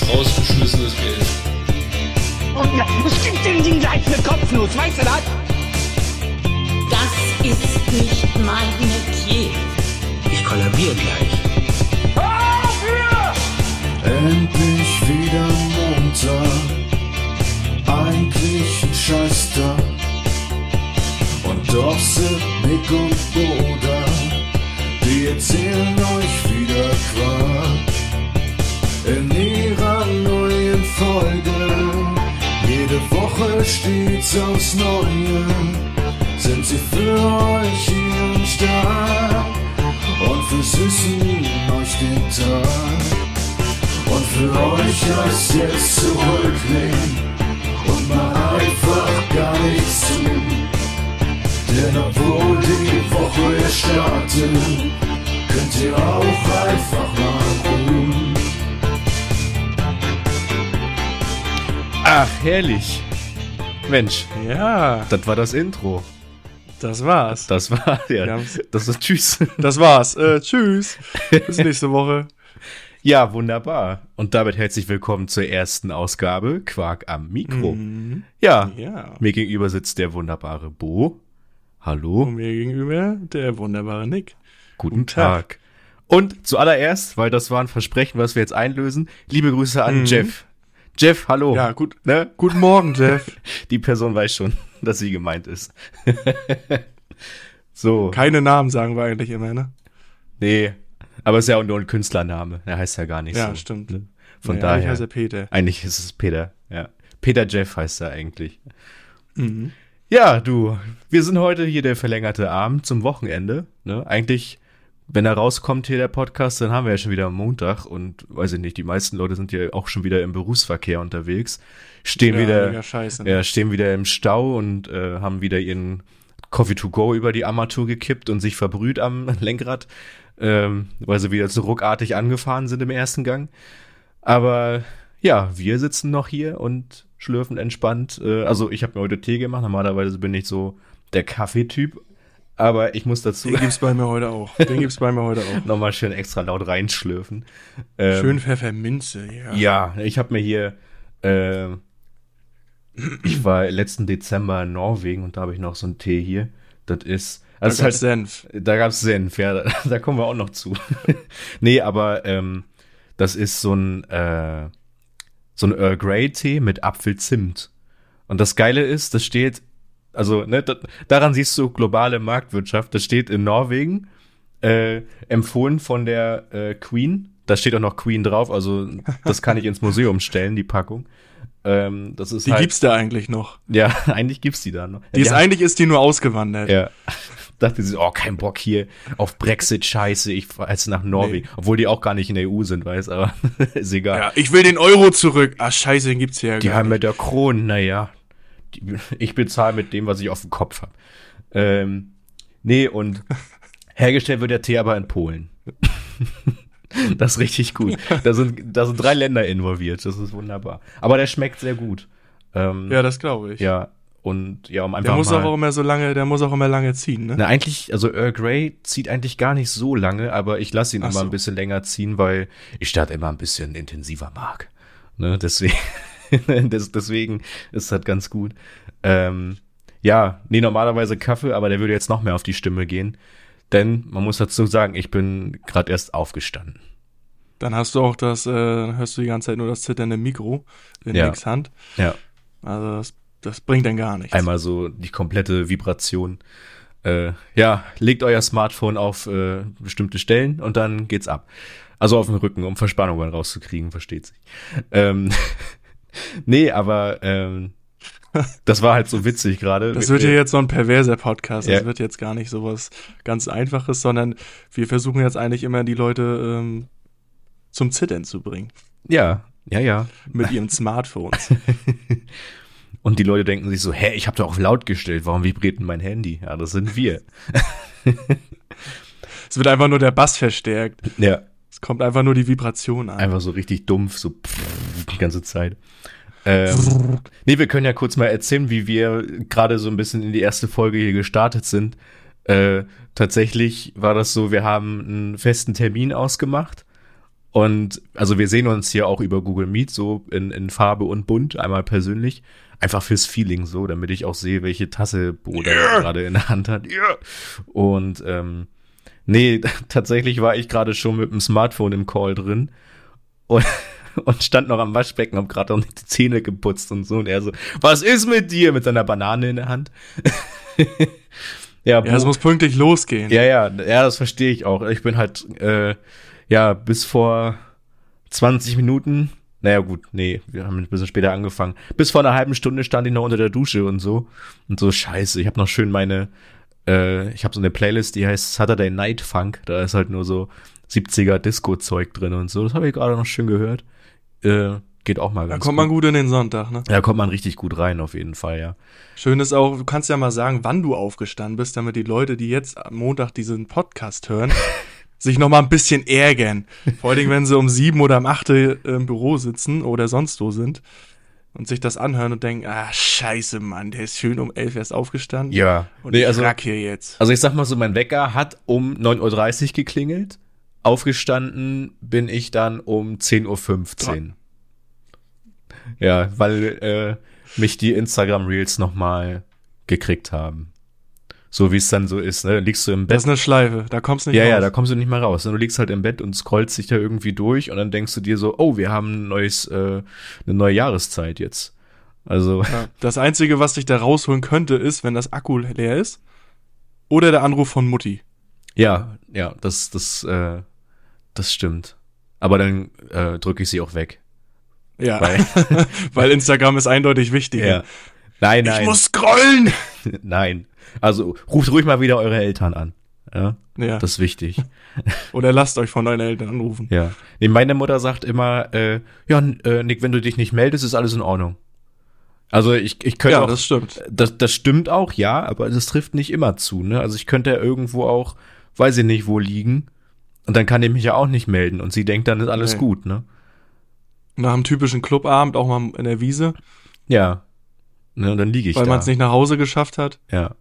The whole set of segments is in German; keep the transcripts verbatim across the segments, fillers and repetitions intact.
Rausgeschmissenes Geld. Und ja, es gibt den Ding gleich eine Kopfnuss, weißt du das? Das ist nicht mein Metier. Ich kollabiere gleich. Endlich wieder Montag, eigentlich ein Scheißtag. Und doch sind Nick und Boda, die erzählen euch wieder Quatsch. In ihrer neuen Folge, jede Woche steht's aufs Neue, sind sie für euch hier am Start und versüßen euch den Tag. Und für euch heißt jetzt zurücklehnen und mal einfach gar nichts tun. Denn obwohl die Woche erst startet, könnt ihr auch einfach mal ruhen. Ach, herrlich. Mensch, Ja, das war das Intro. das war's. Das war, ja, Wir haben's- das ist Tschüss. Das war's. Äh, tschüss. Bis nächste Woche. Ja, wunderbar. Und damit herzlich willkommen zur ersten Ausgabe Quark am Mikro. Mhm. Ja, Ja. mir gegenüber sitzt der wunderbare Bo. Hallo, Und mir gegenüber der wunderbare Nick. guten guten Tag. Tag. Und zuallererst, weil das war ein Versprechen, was wir jetzt einlösen, liebe Grüße an Mhm. Jeff. Jeff, hallo. Ja, gut. Ne? Guten Morgen, Jeff. Die Person weiß schon, dass sie gemeint ist. So, Keine Namen sagen wir eigentlich immer, ne? nee, aber es ist ja auch nur ein Künstlername. Der heißt ja gar nicht so. Ja, stimmt. Ne? Von Nee, daher. eigentlich heißt er Peter. Eigentlich ist es Peter, ja. Peter Jeff heißt er eigentlich. Mhm. Ja, du, wir sind heute hier der verlängerte Abend zum Wochenende. Ne? Eigentlich, wenn er rauskommt hier der Podcast, dann haben wir ja schon wieder Montag und weiß ich nicht, die meisten Leute sind ja auch schon wieder im Berufsverkehr unterwegs, stehen Ja, wieder, mega scheiße, ne? ja, stehen wieder im Stau und äh, haben wieder ihren Coffee to go über die Armatur gekippt und sich verbrüht am Lenkrad, ähm, weil sie wieder so ruckartig angefahren sind im ersten Gang. Aber ja, wir sitzen noch hier und schlürfen entspannt. Äh, also ich habe mir heute Tee gemacht. Normalerweise bin ich so der Kaffeetyp. Aber ich muss dazu Den gibt's bei mir heute auch. Den gibt's bei mir heute auch. nochmal schön extra laut reinschlürfen. Ähm, Schön Pfefferminze, ja. Ja, ich habe mir hier, äh, ich war letzten Dezember in Norwegen und da habe ich noch so einen Tee hier. Das ist, Da also gab's ist halt, Senf. da gab's Senf, ja, da, da kommen wir auch noch zu. Nee, aber ähm, das ist so ein äh, so ein Earl Grey Tee mit Apfelzimt. Und das Geile ist, das steht, also ne, da, daran siehst du globale Marktwirtschaft. Das steht in Norwegen, äh, empfohlen von der äh, Queen. Da steht auch noch Queen drauf, also das kann ich ins Museum stellen, die Packung. Ähm, das ist Die halt, gibt's da eigentlich noch. ja, eigentlich gibt's die da noch. Die ist, Ja, eigentlich ist die nur ausgewandert. ja. Dachte sie, oh, kein Bock hier auf Brexit-Scheiße, ich fahr jetzt nach Norwegen. Nee. Obwohl die auch gar nicht in der E U sind, weiß, aber ist egal. Ja, ich will den Euro zurück. Ah, scheiße, den gibt's hier ja Die gar haben nicht. mit der Krone, naja, die, ich bezahle mit dem, was ich auf dem Kopf habe. Ähm, nee, und hergestellt wird der Tee aber in Polen. Das ist richtig gut. Da sind, da sind drei Länder involviert, das ist wunderbar. Aber der schmeckt sehr gut. Ähm, Ja, das glaube ich. ja, und ja, um einfach Der muss mal... auch immer so lange, der muss auch immer lange ziehen, ne? Na, eigentlich, also Earl Grey zieht eigentlich gar nicht so lange, aber ich lasse ihn Ach immer so. ein bisschen länger ziehen, weil ich das immer ein bisschen intensiver mag. Ne, deswegen, des, deswegen ist das ganz gut. Ähm, ja, nee, normalerweise Kaffee, aber der würde jetzt noch mehr auf die Stimme gehen, denn man muss dazu sagen, ich bin gerade erst aufgestanden. Dann hast du auch das, äh, dann hörst du die ganze Zeit nur das zitternde Mikro in Ja. Nicks Hand. Ja, Also das, das bringt dann gar nichts. einmal so die komplette Vibration. Äh, ja, legt euer Smartphone auf äh, bestimmte Stellen und dann geht's ab. Also auf den Rücken, um Verspannungen rauszukriegen, versteht sich. Ähm, nee, aber ähm, das war halt so witzig gerade. Das wird hier jetzt so ein perverser Podcast. Das Ja. wird jetzt gar nicht so was ganz Einfaches, sondern wir versuchen jetzt eigentlich immer die Leute ähm, zum Zittern zu bringen. Ja, ja, ja. Mit ihren Smartphones. Und die Leute denken sich so, hä, ich habe doch auf laut gestellt, warum vibriert denn mein Handy? Ja, das sind wir. Es wird einfach nur der Bass verstärkt. Ja, Es kommt einfach nur die Vibration an. einfach so richtig dumpf, so die ganze Zeit. Ähm, nee, wir können ja kurz mal erzählen, wie wir gerade so ein bisschen in die erste Folge hier gestartet sind. Äh, tatsächlich war das so, wir haben einen festen Termin ausgemacht Und also wir sehen uns hier auch über Google Meet so in, in Farbe und bunt, einmal persönlich. Einfach fürs Feeling so, damit ich auch sehe, welche Tasse Boda yeah. gerade in der Hand hat. Yeah. Und ähm, nee, tatsächlich war ich gerade schon mit dem Smartphone im Call drin und, und stand noch am Waschbecken, hab gerade noch die Zähne geputzt und so. Und er so, was ist mit dir? Mit seiner Banane in der Hand. ja, ja, es muss pünktlich losgehen. Ja, ja, ja, das verstehe ich auch. Ich bin halt, äh, ja, bis vor zwanzig Minuten, naja gut, nee, wir haben ein bisschen später angefangen. Bis vor einer halben Stunde stand ich noch unter der Dusche und so. Und so, scheiße, ich habe noch schön meine, äh, ich habe so eine Playlist, die heißt Saturday Night Funk. Da ist halt nur so siebziger Disco-Zeug drin und so. Das habe ich gerade noch schön gehört. Äh, geht auch mal ganz gut. Da kommt man gut in den Sonntag, ne? Da kommt man richtig gut rein, auf jeden Fall, ja. Schön ist auch, du kannst ja mal sagen, wann du aufgestanden bist, damit die Leute, die jetzt am Montag diesen Podcast hören, sich noch mal ein bisschen ärgern. Vor allem, wenn sie um sieben oder um acht im Büro sitzen oder sonst wo sind und sich das anhören und denken, ah, scheiße, Mann, der ist schön um elf erst aufgestanden. Ja. Und nee, ich also, rack hier jetzt. Also ich sag mal so, mein Wecker hat um neun Uhr dreißig geklingelt. Aufgestanden bin ich dann um zehn Uhr fünfzehn. Ja, weil äh, mich die Instagram-Reels noch mal gekriegt haben. So wie es dann so ist, ne? Dann liegst du im Bett. Das ist eine Schleife, da kommst du nicht ja, raus. Ja, ja, da kommst du nicht mal raus. Du liegst halt im Bett und scrollst dich da irgendwie durch und dann denkst du dir so, oh, wir haben ein neues, äh, eine neue Jahreszeit jetzt. Also. Ja, das Einzige, was dich da rausholen könnte, ist, wenn das Akku leer ist oder der Anruf von Mutti. Ja, ja, das, das, äh, das stimmt. Aber dann äh, drücke ich sie auch weg. Ja, weil, weil Instagram ist eindeutig wichtiger. Ja. Nein, nein. Ich muss scrollen! Nein. Also ruft ruhig mal wieder eure Eltern an. Ja, ja. Das ist wichtig. Oder lasst euch von euren Eltern anrufen. Ja. Nee, meine Mutter sagt immer, äh, ja, äh, Nick, wenn du dich nicht meldest, ist alles in Ordnung. Also ich, ich könnte ja, auch, das stimmt. Das, das stimmt auch, ja, aber das trifft nicht immer zu, ne? Also ich könnte ja irgendwo auch, weiß ich nicht, wo liegen und dann kann ich mich ja auch nicht melden und sie denkt, dann ist alles nee. gut, ne? Nach einem typischen Clubabend auch mal in der Wiese. Ja. Ne, und dann liege ich Weil da. Weil man es nicht nach Hause geschafft hat. Ja.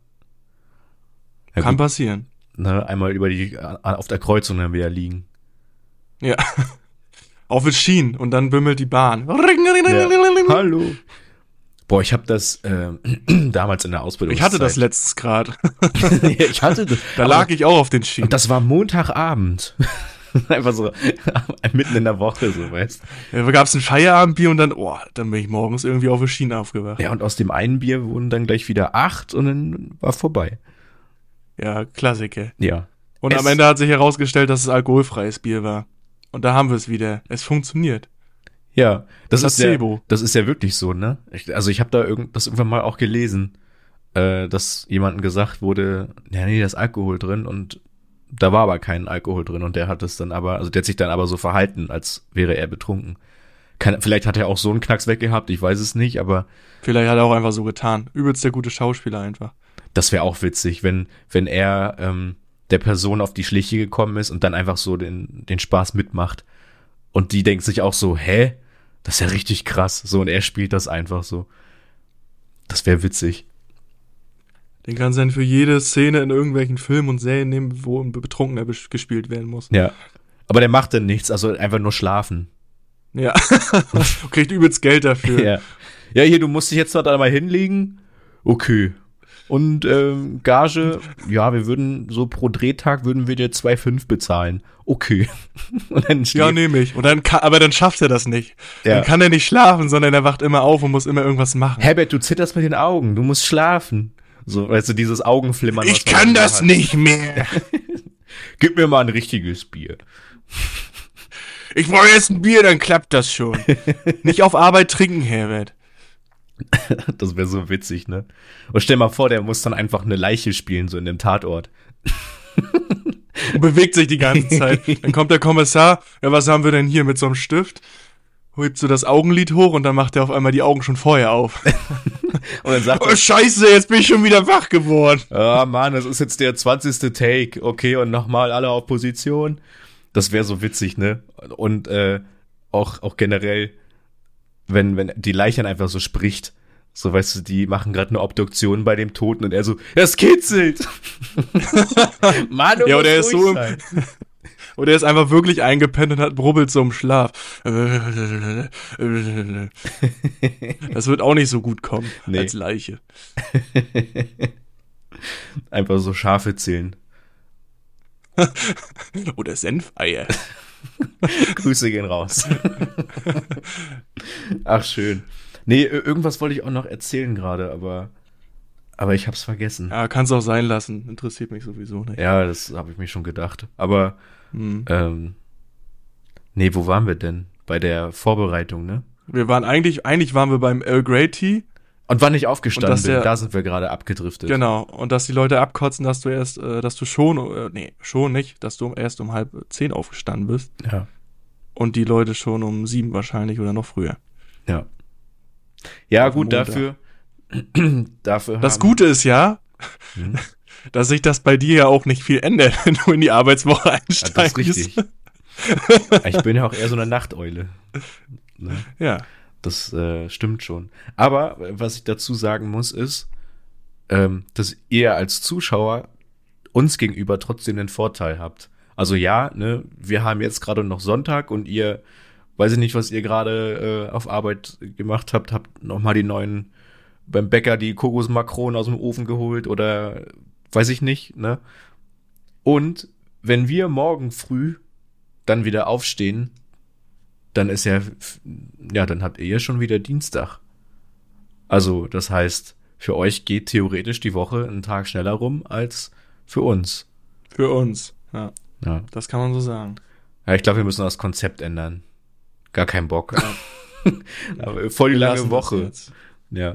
ja Kann gut. passieren. Ne, einmal über die, auf der Kreuzung dann wieder liegen. Ja. Auf den Schienen und dann bimmelt die Bahn. Ja. Hallo. Boah, ich habe das äh, damals in der Ausbildung. Ich hatte das letztens gerade. ich hatte das. Da lag ich auch auf den Schienen. Und das war Montagabend. Einfach so mitten in der Woche, so, weißt du. Ja, da gab's ein Feierabendbier und dann, oh, dann bin ich morgens irgendwie auf der Schiene aufgewacht. Ja, und aus dem einen Bier wurden dann gleich wieder acht und dann war vorbei. Ja, Klassiker. Ja. Und es am Ende hat sich herausgestellt, dass es alkoholfreies Bier war. Und da haben wir es wieder. Es funktioniert. Ja, das, das ist ja, das ist ja wirklich so, ne? Ich, also ich habe da irgend, das irgendwann mal auch gelesen, äh, dass jemandem gesagt wurde, ja, nee, da ist Alkohol drin und da war aber kein Alkohol drin und der hat es dann aber, also der hat sich dann aber so verhalten, als wäre er betrunken. Kann, vielleicht hat er auch so einen Knacks weggehabt, ich weiß es nicht, aber vielleicht hat er auch einfach so getan. Übelst der gute Schauspieler einfach. Das wäre auch witzig, wenn wenn er ähm, der Person auf die Schliche gekommen ist und dann einfach so den den Spaß mitmacht und die denkt sich auch so, hä? Das ist ja richtig krass. So, und er spielt das einfach so. Das wäre witzig. Den kannst du dann für jede Szene in irgendwelchen Filmen und Serien nehmen, wo ein Betrunkener gespielt werden muss. Ja. Aber der macht dann nichts, also einfach nur schlafen. Ja. Kriegt übelst Geld dafür. Ja. Ja, hier, du musst dich jetzt da mal hinlegen. Okay. Und ähm, Gage, ja, wir würden so pro Drehtag würden wir dir zwei Komma fünf bezahlen. Okay. Und dann ja, nehme ich. Und dann kann, aber dann schafft er das nicht. Ja. Dann kann er nicht schlafen, sondern er wacht immer auf und muss immer irgendwas machen. Herbert, du zitterst mit den Augen, du musst schlafen. So, weißt du, dieses Augenflimmern. Ich kann das hat. nicht mehr. Gib mir mal ein richtiges Bier. Ich brauche jetzt ein Bier, dann klappt das schon. Nicht auf Arbeit trinken, Herbert. Das wäre so witzig, ne? Und stell mal vor, der muss dann einfach eine Leiche spielen, so in dem Tatort. Und bewegt sich die ganze Zeit. Dann kommt der Kommissar, ja, was haben wir denn hier mit so einem Stift? Hebt so das Augenlid hoch und dann macht er auf einmal die Augen schon vorher auf. Und dann sagt oh, scheiße, jetzt bin ich schon wieder wach geworden. Ah, Mann, das ist jetzt der zwanzigste Take. Okay, und nochmal alle auf Position. Das wäre so witzig, ne? Und äh, auch auch generell, wenn wenn die Leiche dann einfach so spricht. So, weißt du, die machen gerade eine Obduktion bei dem Toten und er so, das kitzelt. Mann, du ja, musst oder er ist so im, Oder er ist einfach wirklich eingepennt und hat brubbelt so im Schlaf. Das wird auch nicht so gut kommen Nee. als Leiche. Einfach so Schafe zählen. Oder Senfeier. Grüße gehen raus. Ach, schön. Nee, ir- irgendwas wollte ich auch noch erzählen gerade, aber, aber ich hab's vergessen. Ja, kann's auch sein lassen. Interessiert mich sowieso nicht. Ja, das habe ich mir schon gedacht. Aber, Hm. ähm, nee, wo waren wir denn? Bei der Vorbereitung, ne? Wir waren eigentlich, eigentlich waren wir beim Earl Grey Tea. Und wann ich aufgestanden Und dass bin, der- da sind wir gerade abgedriftet. Genau. Und dass die Leute abkotzen, dass du erst, äh, dass du schon, äh, nee, schon nicht, dass du erst um halb zehn aufgestanden bist. Ja, Und die Leute schon um sieben wahrscheinlich oder noch früher. ja. Ja, Auf dem gut, Montag. dafür, dafür Das haben- Gute ist ja, Hm? dass sich das bei dir ja auch nicht viel ändert, wenn du in die Arbeitswoche Ja, einsteigst. das ist richtig. Ich bin ja auch eher so eine Nachteule. Ne? Ja. Das äh, stimmt schon. Aber äh, was ich dazu sagen muss, ist, ähm, dass ihr als Zuschauer uns gegenüber trotzdem den Vorteil habt. Also ja, ne, wir haben jetzt gerade noch Sonntag und ihr, weiß ich nicht, was ihr gerade äh, auf Arbeit gemacht habt, habt nochmal die neuen beim Bäcker die Kokosmakronen aus dem Ofen geholt oder weiß ich nicht, ne? Und wenn wir morgen früh dann wieder aufstehen, dann ist ja, ja, dann habt ihr ja schon wieder Dienstag. Also, das heißt, für euch geht theoretisch die Woche einen Tag schneller rum als für uns. Für uns. Ja, Ja, das kann man so sagen. ja ich glaube, wir müssen das Konzept ändern. Gar keinen Bock. Aber voll die Wir lassen lange das Woche. jetzt. Ja.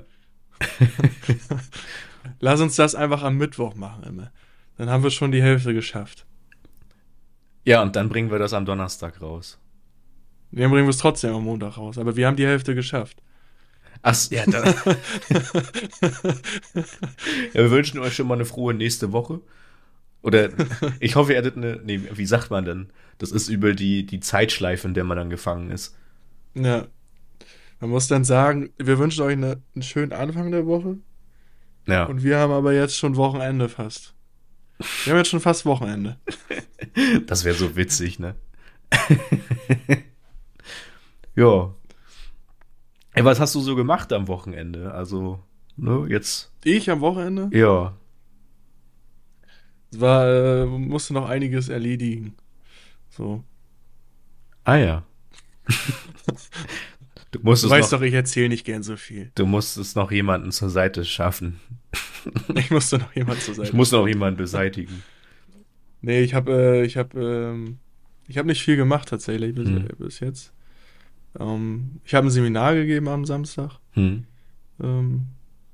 Lass uns das einfach am Mittwoch machen immer. Dann haben wir schon die Hälfte geschafft. Ja, und dann bringen wir das am Donnerstag raus. Dann bringen wir es trotzdem am Montag raus. Aber wir haben die Hälfte geschafft. Ach, ja, dann. Ja, wir wünschen euch schon mal eine frohe nächste Woche. Oder ich hoffe, ihr hattet eine, nee, wie sagt man denn? Das ist über die, die Zeitschleife, in der man dann gefangen ist. Ja. Man muss dann sagen, wir wünschen euch eine, einen schönen Anfang der Woche. Ja. Und wir haben aber jetzt schon Wochenende fast. Wir haben jetzt schon fast Wochenende. Das wäre so witzig, ne? Ja. Ey, was hast du so gemacht am Wochenende? Also, ne, jetzt. Ich am Wochenende? Ja. Es war, äh, musste noch einiges erledigen. So. Ah ja. Du Du musstest, weißt noch, doch, ich erzähle nicht gern so viel. du musstest noch jemanden zur Seite schaffen. Ich musste noch jemand zur Seite. Ich muss noch jemanden beseitigen. Nee, ich habe äh, ich habe ähm, ich habe nicht viel gemacht tatsächlich bis, Hm. äh, bis jetzt. Ähm, ich habe ein Seminar gegeben am Samstag. Hm. Ähm,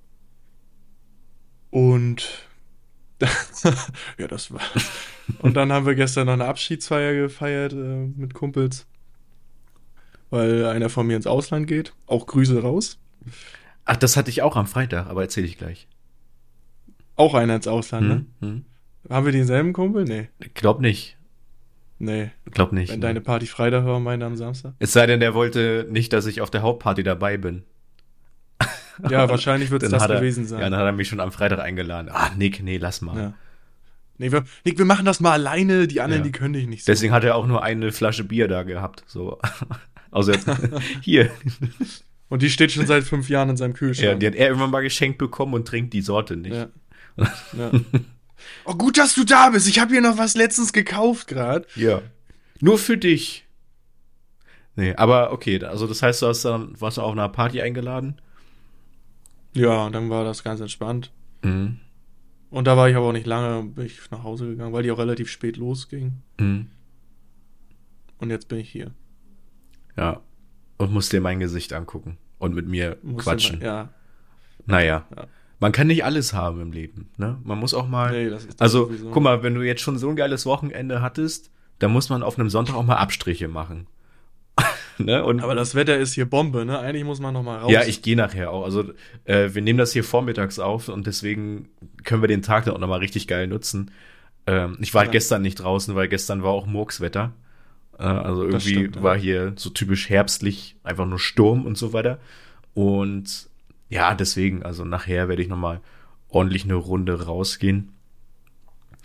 und ja, das war. Und dann haben wir gestern noch eine Abschiedsfeier gefeiert äh, mit Kumpels, weil einer von mir ins Ausland geht. Auch Grüße raus. Ach, das hatte ich auch am Freitag, aber erzähle ich gleich. Auch einer ins Ausland, ne? Hm? Hm? Haben wir denselben Kumpel? Nee. Glaub nicht. Nee. Glaub nicht. Wenn ne? deine Party Freitag war, meine am Samstag. Es sei denn, der wollte nicht, dass ich auf der Hauptparty dabei bin. Ja, wahrscheinlich wird es Dann das hat er, gewesen sein. Ja, dann hat er mich schon am Freitag eingeladen. Ah, Nick, nee, lass mal. Ja. Nee, wir, Nick, wir machen das mal alleine, die anderen, Ja. die können dich nicht so. Deswegen hat er auch nur eine Flasche Bier da gehabt. So. Außer hier. Und die steht schon seit fünf Jahren in seinem Ja, Kühlschrank. die hat er irgendwann mal geschenkt bekommen und trinkt die Sorte nicht. Ja. Ja. Oh, gut, dass du da bist. Ich habe hier noch was letztens gekauft gerade. Ja. Nur für dich. Nee, aber okay, also das heißt, du hast dann, warst du auf einer Party eingeladen? Ja, und dann war das ganz entspannt. Mhm. Und da war ich aber auch nicht lange, bin ich nach Hause gegangen, weil die auch relativ spät losging. Mhm. Und jetzt bin ich hier. Ja. Und musst dir mein Gesicht angucken und mit mir Muss quatschen. immer- Ja. Naja. Ja. Man kann nicht alles haben im Leben, ne? Man muss auch mal. Nee, das ist das also, sowieso. guck mal, wenn du jetzt schon so ein geiles Wochenende hattest, dann muss man auf einem Sonntag auch mal Abstriche machen. Ne? Und Aber das Wetter ist hier Bombe, ne? Eigentlich muss man noch mal raus. ja, ich gehe nachher auch. Also, äh, wir nehmen das hier vormittags auf und deswegen können wir den Tag dann auch nochmal richtig geil nutzen. Ähm, ich war halt Ja. gestern nicht draußen, weil gestern war auch Murkswetter. Äh, also irgendwie stimmt, ja. war hier so typisch herbstlich, einfach nur Sturm und so weiter. Und ja, deswegen, also nachher werde ich nochmal ordentlich eine Runde rausgehen.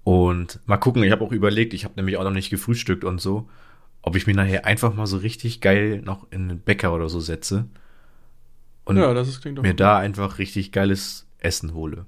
Und mal gucken, ich habe auch überlegt, ich habe nämlich auch noch nicht gefrühstückt und so, ob ich mir nachher einfach mal so richtig geil noch in den Bäcker oder so setze und Ja, das ist, klingt doch mir gut. da einfach richtig geiles Essen hole.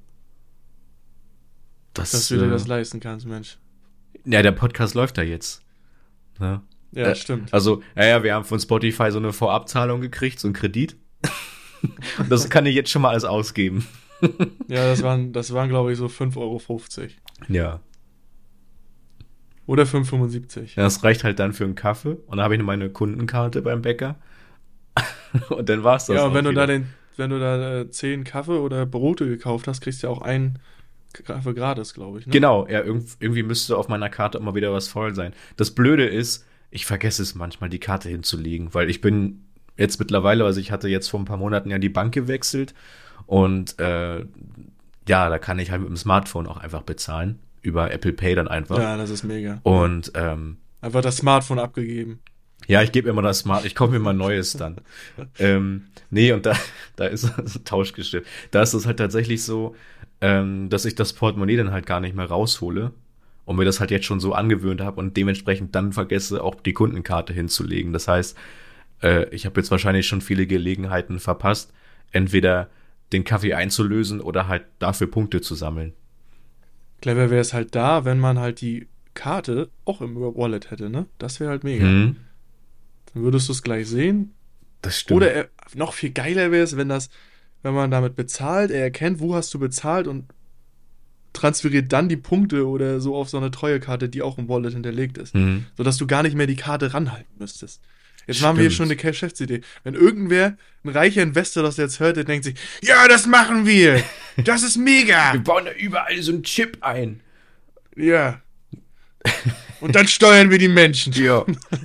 Das, Dass du dir äh, das leisten kannst, Mensch. ja, der Podcast läuft da jetzt. Ne? Ja, Äh, stimmt. Also, ja, ja, wir haben von Spotify so eine Vorabzahlung gekriegt, so einen Kredit. Und das kann ich jetzt schon mal alles ausgeben. Ja, das waren, das waren glaube ich, so fünf Euro fünfzig. Ja. Oder fünf Euro fünfundsiebzig. Ja, das reicht halt dann für einen Kaffee. Und dann habe ich noch meine Kundenkarte beim Bäcker. Und dann war's das. Ja, auch und wenn du wieder. da den, wenn du da äh, zehn Kaffee oder Brote gekauft hast, kriegst du ja auch einen Kaffee gratis, glaube ich. Ne? Genau, ja, irg- irgendwie müsste auf meiner Karte immer wieder was voll sein. Das Blöde ist, ich vergesse es manchmal, die Karte hinzulegen, weil ich bin jetzt mittlerweile, also ich hatte jetzt vor ein paar Monaten ja die Bank gewechselt und äh, ja, da kann ich halt mit dem Smartphone auch einfach bezahlen, über Apple Pay dann einfach. Ja, das ist mega. Und ähm, Einfach das Smartphone abgegeben. ja, ich gebe mir mal das Smart, ich kaufe mir mal ein neues dann. ähm, nee, und da, da ist das Tauschgeschäft. Da ist es halt tatsächlich so, ähm, dass ich das Portemonnaie dann halt gar nicht mehr raushole und mir das halt jetzt schon so angewöhnt habe und dementsprechend dann vergesse, auch die Kundenkarte hinzulegen. Das heißt, äh, ich habe jetzt wahrscheinlich schon viele Gelegenheiten verpasst, entweder den Kaffee einzulösen oder halt dafür Punkte zu sammeln. Clever wäre es halt da, wenn man halt die Karte auch im Wallet hätte, ne? Das wäre halt mega. Hm, Dann würdest du es gleich sehen. das stimmt. Oder er, noch viel geiler wäre es, wenn das, wenn man damit bezahlt, er erkennt, wo hast du bezahlt und transferiert dann die Punkte oder so auf so eine Treuekarte, die auch im Wallet hinterlegt ist. Hm. Sodass du gar nicht mehr die Karte ranhalten müsstest. Jetzt haben wir hier Stimmt. schon eine Geschäftsidee. Wenn irgendwer, ein reicher Investor, das jetzt hört, der denkt sich, ja, das machen wir. Das ist mega. Wir bauen da überall so einen Chip ein. Ja. Und dann steuern wir die Menschen. Ja.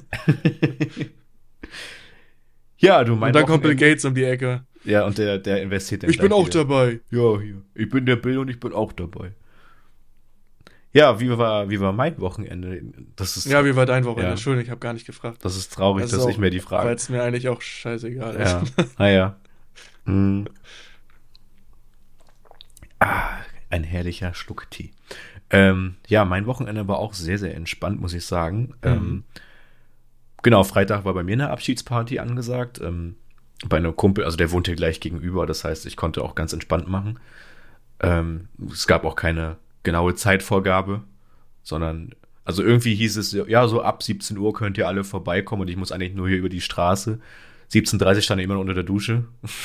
Ja, du Und mein dann kommt Bill Wochenende- Gates um die Ecke. Ja, und der, der investiert dann Ich bin gleich auch wieder. dabei. Ja, hier. Ich bin der Bill und ich bin auch dabei. Ja, wie war, wie war mein Wochenende? Das ist, Ja, wie war dein Wochenende? Ja. Entschuldigung, ich habe gar nicht gefragt. das ist traurig, Das ist dass auch- ich mir die Weil Frage. es mir eigentlich auch scheißegal ist. Ja, naja. Hm. Ah, ein herrlicher Schluck Tee. Ähm, ja, mein Wochenende war auch sehr, sehr entspannt, muss ich sagen. Ähm, genau, Freitag war bei mir eine Abschiedsparty angesagt. Ähm, bei einem Kumpel, also der wohnt hier gleich gegenüber, das heißt, ich konnte auch ganz entspannt machen. Ähm, es gab auch keine genaue Zeitvorgabe, sondern, also irgendwie hieß es, ja, so ab siebzehn Uhr könnt ihr alle vorbeikommen und ich muss eigentlich nur hier über die Straße. siebzehn Uhr dreißig stand ich immer noch unter der Dusche.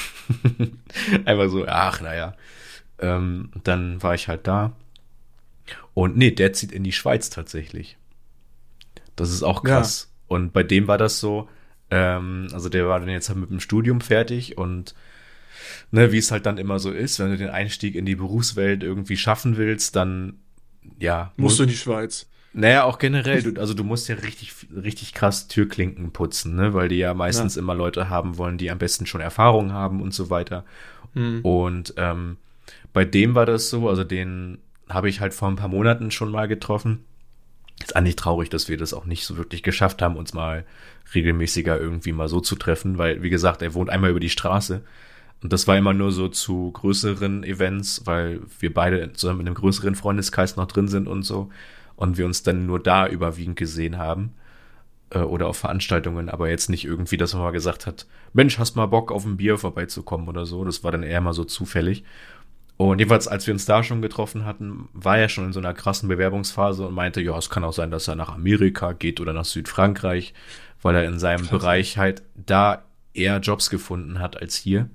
Einfach so, ach, naja. Ähm, dann war ich halt da. Und nee, der zieht in die Schweiz tatsächlich. Das ist auch krass. Und bei dem war das so, ähm, also der war dann jetzt halt mit dem Studium fertig und ne, wie es halt dann immer so ist, wenn du den Einstieg in die Berufswelt irgendwie schaffen willst, dann ja. Musst du in die Schweiz. Naja, auch generell, du, also du musst ja richtig, richtig krass Türklinken putzen, ne, weil die ja meistens Ja. immer Leute haben wollen, die am besten schon Erfahrung haben und so weiter. Hm. Und ähm, bei dem war das so, also den habe ich halt vor ein paar Monaten schon mal getroffen. Ist eigentlich traurig, dass wir das auch nicht so wirklich geschafft haben, uns mal regelmäßiger irgendwie mal so zu treffen, weil, wie gesagt, er wohnt einmal über die Straße. Und das war immer nur so zu größeren Events, weil wir beide zusammen in einem größeren Freundeskreis noch drin sind und so. Und wir uns dann nur da überwiegend gesehen haben. Äh, oder auf Veranstaltungen, aber jetzt nicht irgendwie, dass man mal gesagt hat, Mensch, hast mal Bock auf ein Bier vorbeizukommen oder so. Das war dann eher mal so zufällig. Und jedenfalls, als wir uns da schon getroffen hatten, war er schon in so einer krassen Bewerbungsphase und meinte, ja, es kann auch sein, dass er nach Amerika geht oder nach Südfrankreich, weil er in seinem Bereich halt da eher Jobs gefunden hat als hier.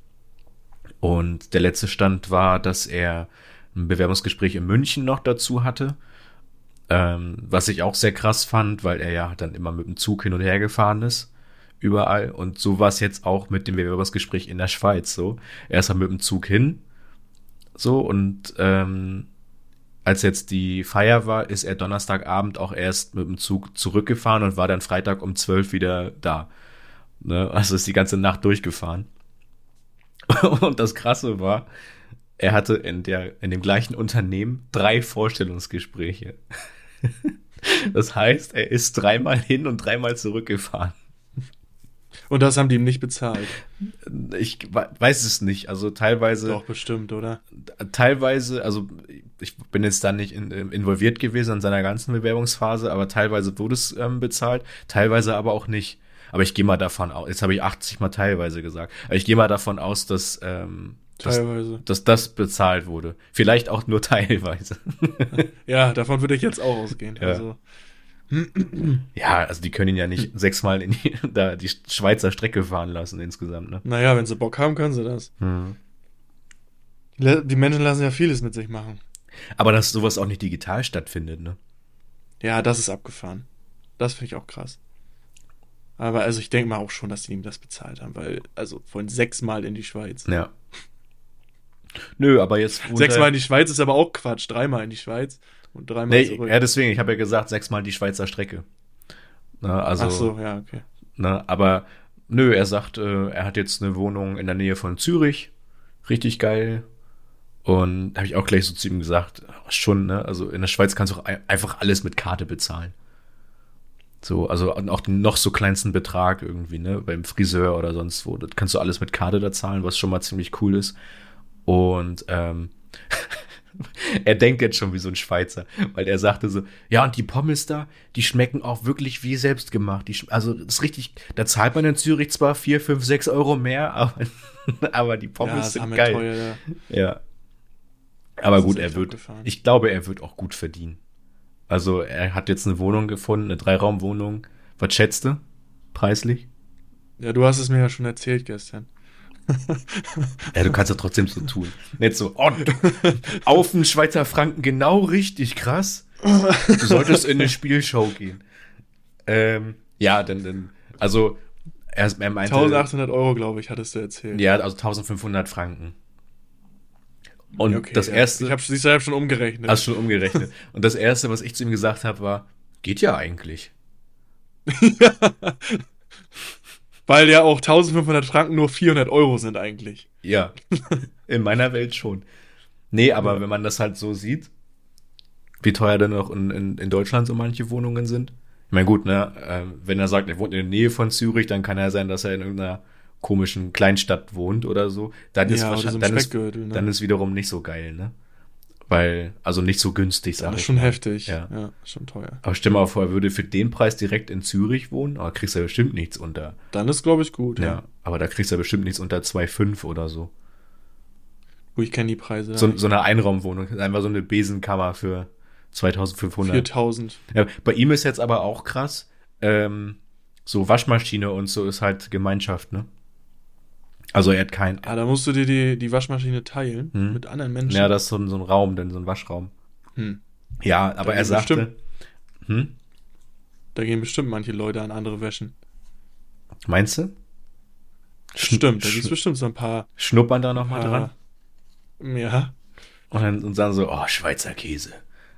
Und der letzte Stand war, dass er ein Bewerbungsgespräch in München noch dazu hatte, ähm, was ich auch sehr krass fand, weil er ja dann immer mit dem Zug hin und her gefahren ist, überall. Und so war es jetzt auch mit dem Bewerbungsgespräch in der Schweiz so. Er ist halt mit dem Zug hin, so, und ähm, als jetzt die Feier war, ist er Donnerstagabend auch erst mit dem Zug zurückgefahren und war dann Freitag um zwölf wieder da. Ne? Also ist die ganze Nacht durchgefahren. Und das Krasse war, er hatte in der in dem gleichen Unternehmen drei Vorstellungsgespräche. Das heißt, er ist dreimal hin und dreimal zurückgefahren. Und das haben die ihm nicht bezahlt. Ich we- weiß es nicht. Also teilweise Doch, bestimmt, oder? teilweise, also ich bin jetzt da nicht in, involviert gewesen in seiner ganzen Bewerbungsphase, aber teilweise wurde es ähm, bezahlt, teilweise aber auch nicht. Aber ich gehe mal davon aus, jetzt habe ich achtzig mal teilweise gesagt, aber ich gehe mal davon aus, dass, ähm, dass, Teilweise. dass das bezahlt wurde. Vielleicht auch nur teilweise. Ja, davon würde ich jetzt auch ausgehen. Ja. Also, Ja, also die können ihn ja nicht sechsmal in die, da die Schweizer Strecke fahren lassen insgesamt, ne? naja, wenn sie Bock haben, können sie das. Mhm. Die Le- Die Menschen lassen ja vieles mit sich machen. Aber dass sowas auch nicht digital stattfindet, ne? Ja, das ist abgefahren. Das finde ich auch krass. Aber also ich denke mal auch schon, dass die ihm das bezahlt haben, weil, also von sechsmal in die Schweiz. Ja. Nö, aber jetzt wohnt Sechsmal er- in die Schweiz ist aber auch Quatsch. Dreimal in die Schweiz und dreimal Nee, zurück. ja, deswegen, ich habe ja gesagt, sechsmal die Schweizer Strecke. Ne, also, Ach so, ja, okay. ne, aber nö, er sagt, äh, er hat jetzt eine Wohnung in der Nähe von Zürich. Richtig geil. Und habe ich auch gleich so zu ihm gesagt, schon, ne, also in der Schweiz kannst du auch ein- einfach alles mit Karte bezahlen. So, also auch den noch so kleinsten Betrag irgendwie, ne, beim Friseur oder sonst wo. Das kannst du alles mit Karte da zahlen, was schon mal ziemlich cool ist. Und ähm, er denkt jetzt schon wie so ein Schweizer, weil er sagte so, ja, und die Pommes da, die schmecken auch wirklich wie selbst gemacht. Die, sch- also das ist richtig, da zahlt man in Zürich zwar vier, fünf, sechs Euro mehr, aber, aber die Pommes Ja, das sind haben wir geil. teuer. Ja. Ja. Aber Das gut, ist er echt wird, abgefahren. ich glaube, er wird auch gut verdienen. Also er hat jetzt eine Wohnung gefunden, eine Dreiraumwohnung. Was schätzt du? Preislich? Ja, du hast es mir ja schon erzählt gestern. Ja, du kannst ja trotzdem so tun. Nicht so, oh, du, auf den Schweizer Franken genau richtig, krass. Du solltest in eine Spielshow gehen. Ähm, ja, denn, denn also er, er meinte, eintausendachthundert Euro, glaube ich, hattest du erzählt. ja, also eintausendfünfhundert Franken. Und Ja, okay, das ja. erste, Ich habe ich hab schon umgerechnet. hast schon umgerechnet. Und das erste, was ich zu ihm gesagt habe, war, geht ja eigentlich. Weil ja auch eintausendfünfhundert Franken nur vierhundert Euro sind eigentlich. Ja, in meiner Welt schon. Nee, aber wenn man das halt so sieht, wie teuer denn auch in, in, in Deutschland so manche Wohnungen sind. Ich meine, gut, ne, äh, wenn er sagt, er wohnt in der Nähe von Zürich, dann kann ja sein, dass er in irgendeiner komischen Kleinstadt wohnt oder so. Dann ist Ja, oder so wahrscheinlich, im dann, ist, Speckgürtel, ne? dann ist wiederum nicht so geil, ne? Weil, also nicht so günstig, sag Das ist ich schon mal. heftig. Ja. Ja, schon teuer. Aber stell mal vor, er würde für den Preis direkt in Zürich wohnen, aber kriegst du ja bestimmt nichts unter. Dann ist, glaube ich, gut. Ja, aber da kriegst du ja bestimmt nichts unter zwei Komma fünf oder so. Gut, ich kenne die Preise. da So, nicht. so eine Einraumwohnung, einfach so eine Besenkammer für zweitausendfünfhundert. viertausend. Ja, bei ihm ist jetzt aber auch krass, ähm, so Waschmaschine und so ist halt Gemeinschaft, ne? Also er hat kein, Ah, da musst du dir die, die Waschmaschine teilen Hm. mit anderen Menschen. ja, das ist so ein, so ein Raum, denn so ein Waschraum. Hm. Ja, aber Da er gehen sagte, bestimmt- hm, Da gehen bestimmt manche Leute an andere Wäschen. meinst du? Stimmt, da Sch- gibt's bestimmt so ein paar. Schnuppern da noch mal Ah. dran Ja. und dann und sagen so, oh, Schweizer Käse.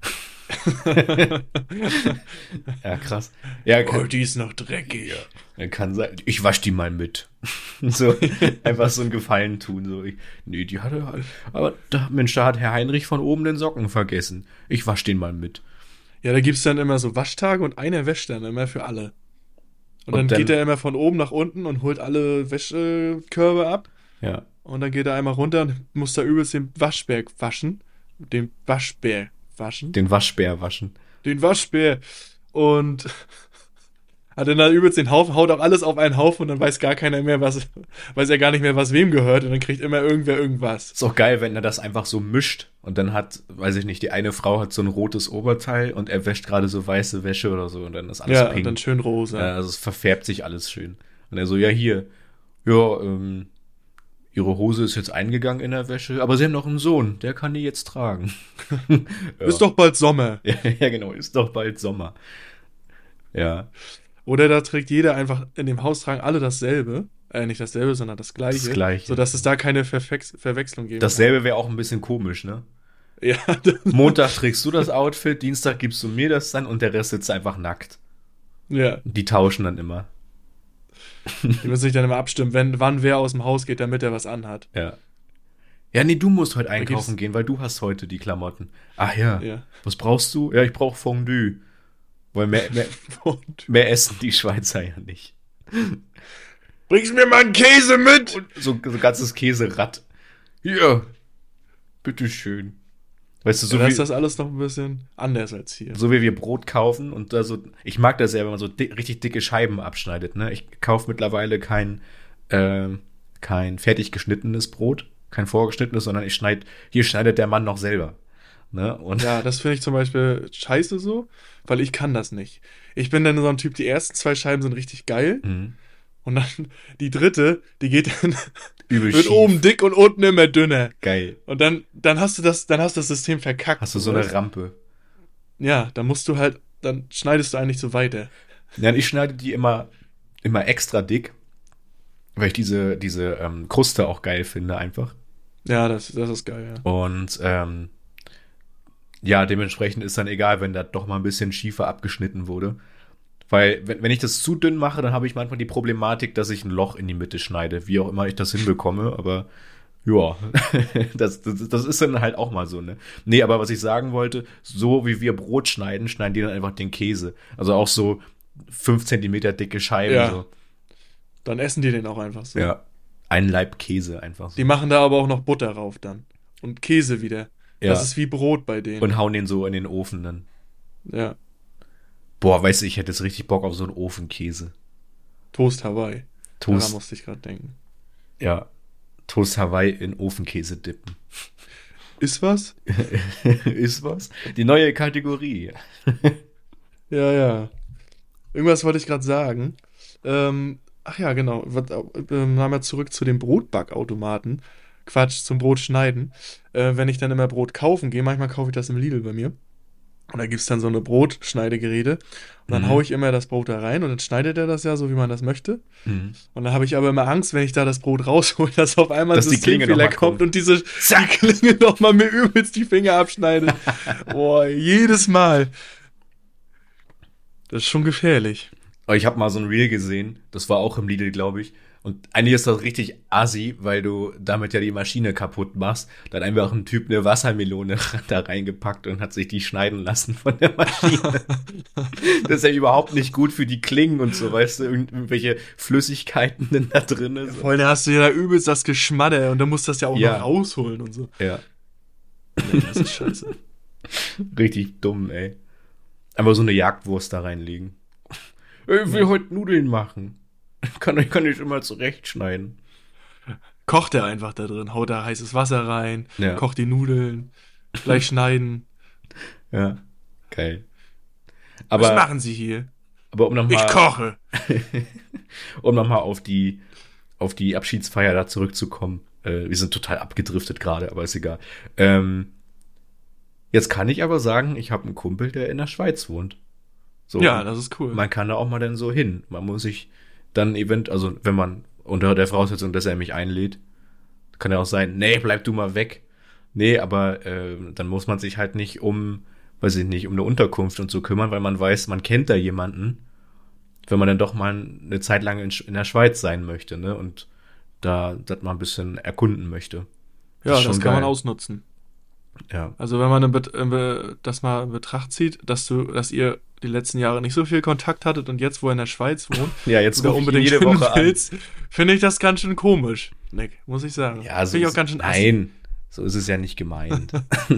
Ja, krass. Ja, Oh, kann, die ist noch dreckig. er kann sein, ich wasch die mal mit. So, einfach so ein Gefallen tun. So, ich, nee, die hatte halt, aber da, Mensch, da hat Herr Heinrich von oben den Socken vergessen. Ich wasch den mal mit. Ja, da gibt's dann immer so Waschtage und einer wäscht dann immer für alle. Und, Und dann, dann- geht er immer von oben nach unten und holt alle Wäschekörbe ab. Ja. Und dann geht er einmal runter und muss da übelst den Waschbär waschen. Den Waschbär waschen. Den Waschbär waschen. Den Waschbär. Und hat dann da übelst den Haufen, haut auch alles auf einen Haufen und dann weiß gar keiner mehr, was, weiß er gar nicht mehr, was wem gehört und dann kriegt immer irgendwer irgendwas. Ist auch geil, wenn er das einfach so mischt und dann hat, weiß ich nicht, die eine Frau hat so ein rotes Oberteil und er wäscht gerade so weiße Wäsche oder so und dann ist alles Ja, pink. und dann schön rosa. Ja, also es verfärbt sich alles schön. Und er so, ja hier, ja, ähm, ihre Hose ist jetzt eingegangen in der Wäsche, aber sie haben noch einen Sohn, der kann die jetzt tragen. Ja. Ist doch bald Sommer. Ja, ja, genau, ist doch bald Sommer. Ja, Oder da trägt jeder einfach, in dem Haus tragen alle dasselbe. Äh, nicht dasselbe, sondern das Gleiche. Das Gleiche. Sodass es da keine Vervex Verwechslung gibt. dasselbe wäre auch ein bisschen komisch, ne? Ja, Montag trägst du das Outfit, Dienstag gibst du mir das dann und der Rest sitzt einfach nackt. ja. Die tauschen dann immer. Die müssen sich dann immer abstimmen, wenn, wann wer aus dem Haus geht, damit er was anhat. Ja. Ja, nee, du musst heute gibt's- einkaufen gehen, weil du hast heute die Klamotten. Ach ja. Ja. Was brauchst du? Ja, ich brauche Fondue. Weil mehr, mehr, Und mehr essen die Schweizer ja nicht. bringst mir mal einen Käse mit! Und so, so ganzes Käserad. Hier. Bitteschön. Weißt du, so ja, da wie, ist das alles noch ein bisschen anders als hier. so wie wir Brot kaufen und da so, ich mag das ja, wenn man so dick, richtig dicke Scheiben abschneidet, ne? Ich kaufe mittlerweile kein, äh, kein fertig geschnittenes Brot, kein vorgeschnittenes, sondern ich schneide, hier schneidet der Mann noch selber. Ne? Und Ja, das finde ich zum Beispiel scheiße so, weil ich kann das nicht. Ich bin dann so ein Typ, die ersten zwei Scheiben sind richtig geil Mhm. und dann die dritte, die geht dann Übel wird schief. oben dick und unten immer dünner. Geil. Und dann, dann hast du das, dann hast du das System verkackt. Hast du so eine Rampe. Ja, dann musst du halt, dann schneidest du eigentlich so weiter. Ja, und ich schneide die immer, immer extra dick, weil ich diese, diese ähm, Kruste auch geil finde einfach. Ja, das, das ist geil, ja. Und ähm, ja, dementsprechend ist dann egal, wenn da doch mal ein bisschen schiefer abgeschnitten wurde. Weil, wenn, wenn ich das zu dünn mache, dann habe ich manchmal die Problematik, dass ich ein Loch in die Mitte schneide, wie auch immer ich das hinbekomme, aber ja, das, das, das ist dann halt auch mal so, ne? Nee, aber was ich sagen wollte, so wie wir Brot schneiden, schneiden die dann einfach den Käse. Also auch so fünf Zentimeter dicke Scheiben. Ja. So. Dann essen die den auch einfach so. Ja, ein Laib Käse einfach so. Die machen da aber auch noch Butter rauf dann. Und Käse wieder. Ja. Das ist wie Brot bei denen. Und hauen den so in den Ofen dann. ja, Boah, weißt du, ich hätte jetzt richtig Bock auf so einen Ofenkäse. Toast Hawaii. Daran Toast, musste ich gerade denken. ja, Toast Hawaii in Ofenkäse dippen. Ist was? Ist was? Die neue Kategorie. Ja, ja. Irgendwas wollte ich gerade sagen. Ähm, ach ja, genau. Was, ähm, haben wir zurück zu dem Brotbackautomaten. Quatsch, zum Brot schneiden. Äh, wenn ich dann immer Brot kaufen gehe, manchmal kaufe ich das im Lidl bei mir. Und da gibt's dann so eine Brotschneidegeräte. Und dann Mhm. haue ich immer das Brot da rein und dann schneidet er das ja so, wie man das möchte. Mhm. Und dann habe ich aber immer Angst, wenn ich da das Brot raushole, dass auf einmal ein Dass die Klinge noch Systemfehler mal kommt kommt. und diese die Klinge noch mal mir übelst die Finger abschneidet. Boah, jedes Mal. Das ist schon gefährlich. Aber ich habe mal so ein Reel gesehen, das war auch im Lidl, glaube ich. Und eigentlich ist das richtig assi, weil du damit ja die Maschine kaputt machst. Dann hat einfach ein Typ eine Wassermelone da reingepackt und hat sich die schneiden lassen von der Maschine. Das ist ja überhaupt nicht gut für die Klingen und so, weißt du, irgendwelche Flüssigkeiten denn da drin. So. Vor allem hast du ja da übelst das Geschmadder und dann musst du das ja auch Ja. noch rausholen und so. Ja, Nee, das ist scheiße. richtig dumm, ey. Einfach so eine Jagdwurst da reinlegen. Ich will heute Nudeln machen. Kann ich, kann ich immer zurechtschneiden. Kocht er einfach da drin, haut da heißes Wasser rein, Ja. kocht die Nudeln, gleich schneiden. Ja, geil. Was Aber, machen Sie hier? aber um Ich nochmal koche. um noch mal auf die, auf die Abschiedsfeier da zurückzukommen. Äh, wir sind total abgedriftet gerade, aber ist egal. Ähm, jetzt kann ich aber sagen, ich habe einen Kumpel, der in der Schweiz wohnt. So, Ja, das ist cool. man kann da auch mal dann so hin. Man muss sich dann event, also wenn man unter der Voraussetzung, dass er mich einlädt, kann ja auch sein, nee, bleib du mal weg. Nee, aber äh, dann muss man sich halt nicht um, weiß ich nicht, um eine Unterkunft und so kümmern, weil man weiß, man kennt da jemanden, wenn man dann doch mal eine Zeit lang in, in der Schweiz sein möchte, ne, und da das mal ein bisschen erkunden möchte. Ja, ist das, schon kann man geil. ausnutzen. Ja. Also wenn man in Bet- in Be- das mal in Betracht zieht, dass du, dass ihr die letzten Jahre nicht so viel Kontakt hattet und jetzt, wo er in der Schweiz wohnt, Ja, jetzt du da ruf ich unbedingt jede hin Woche an. willst, finde ich das ganz schön komisch, Nick, muss ich sagen. Ja, so finde ich auch ist, ganz schön assi. nein, so ist es ja nicht gemeint.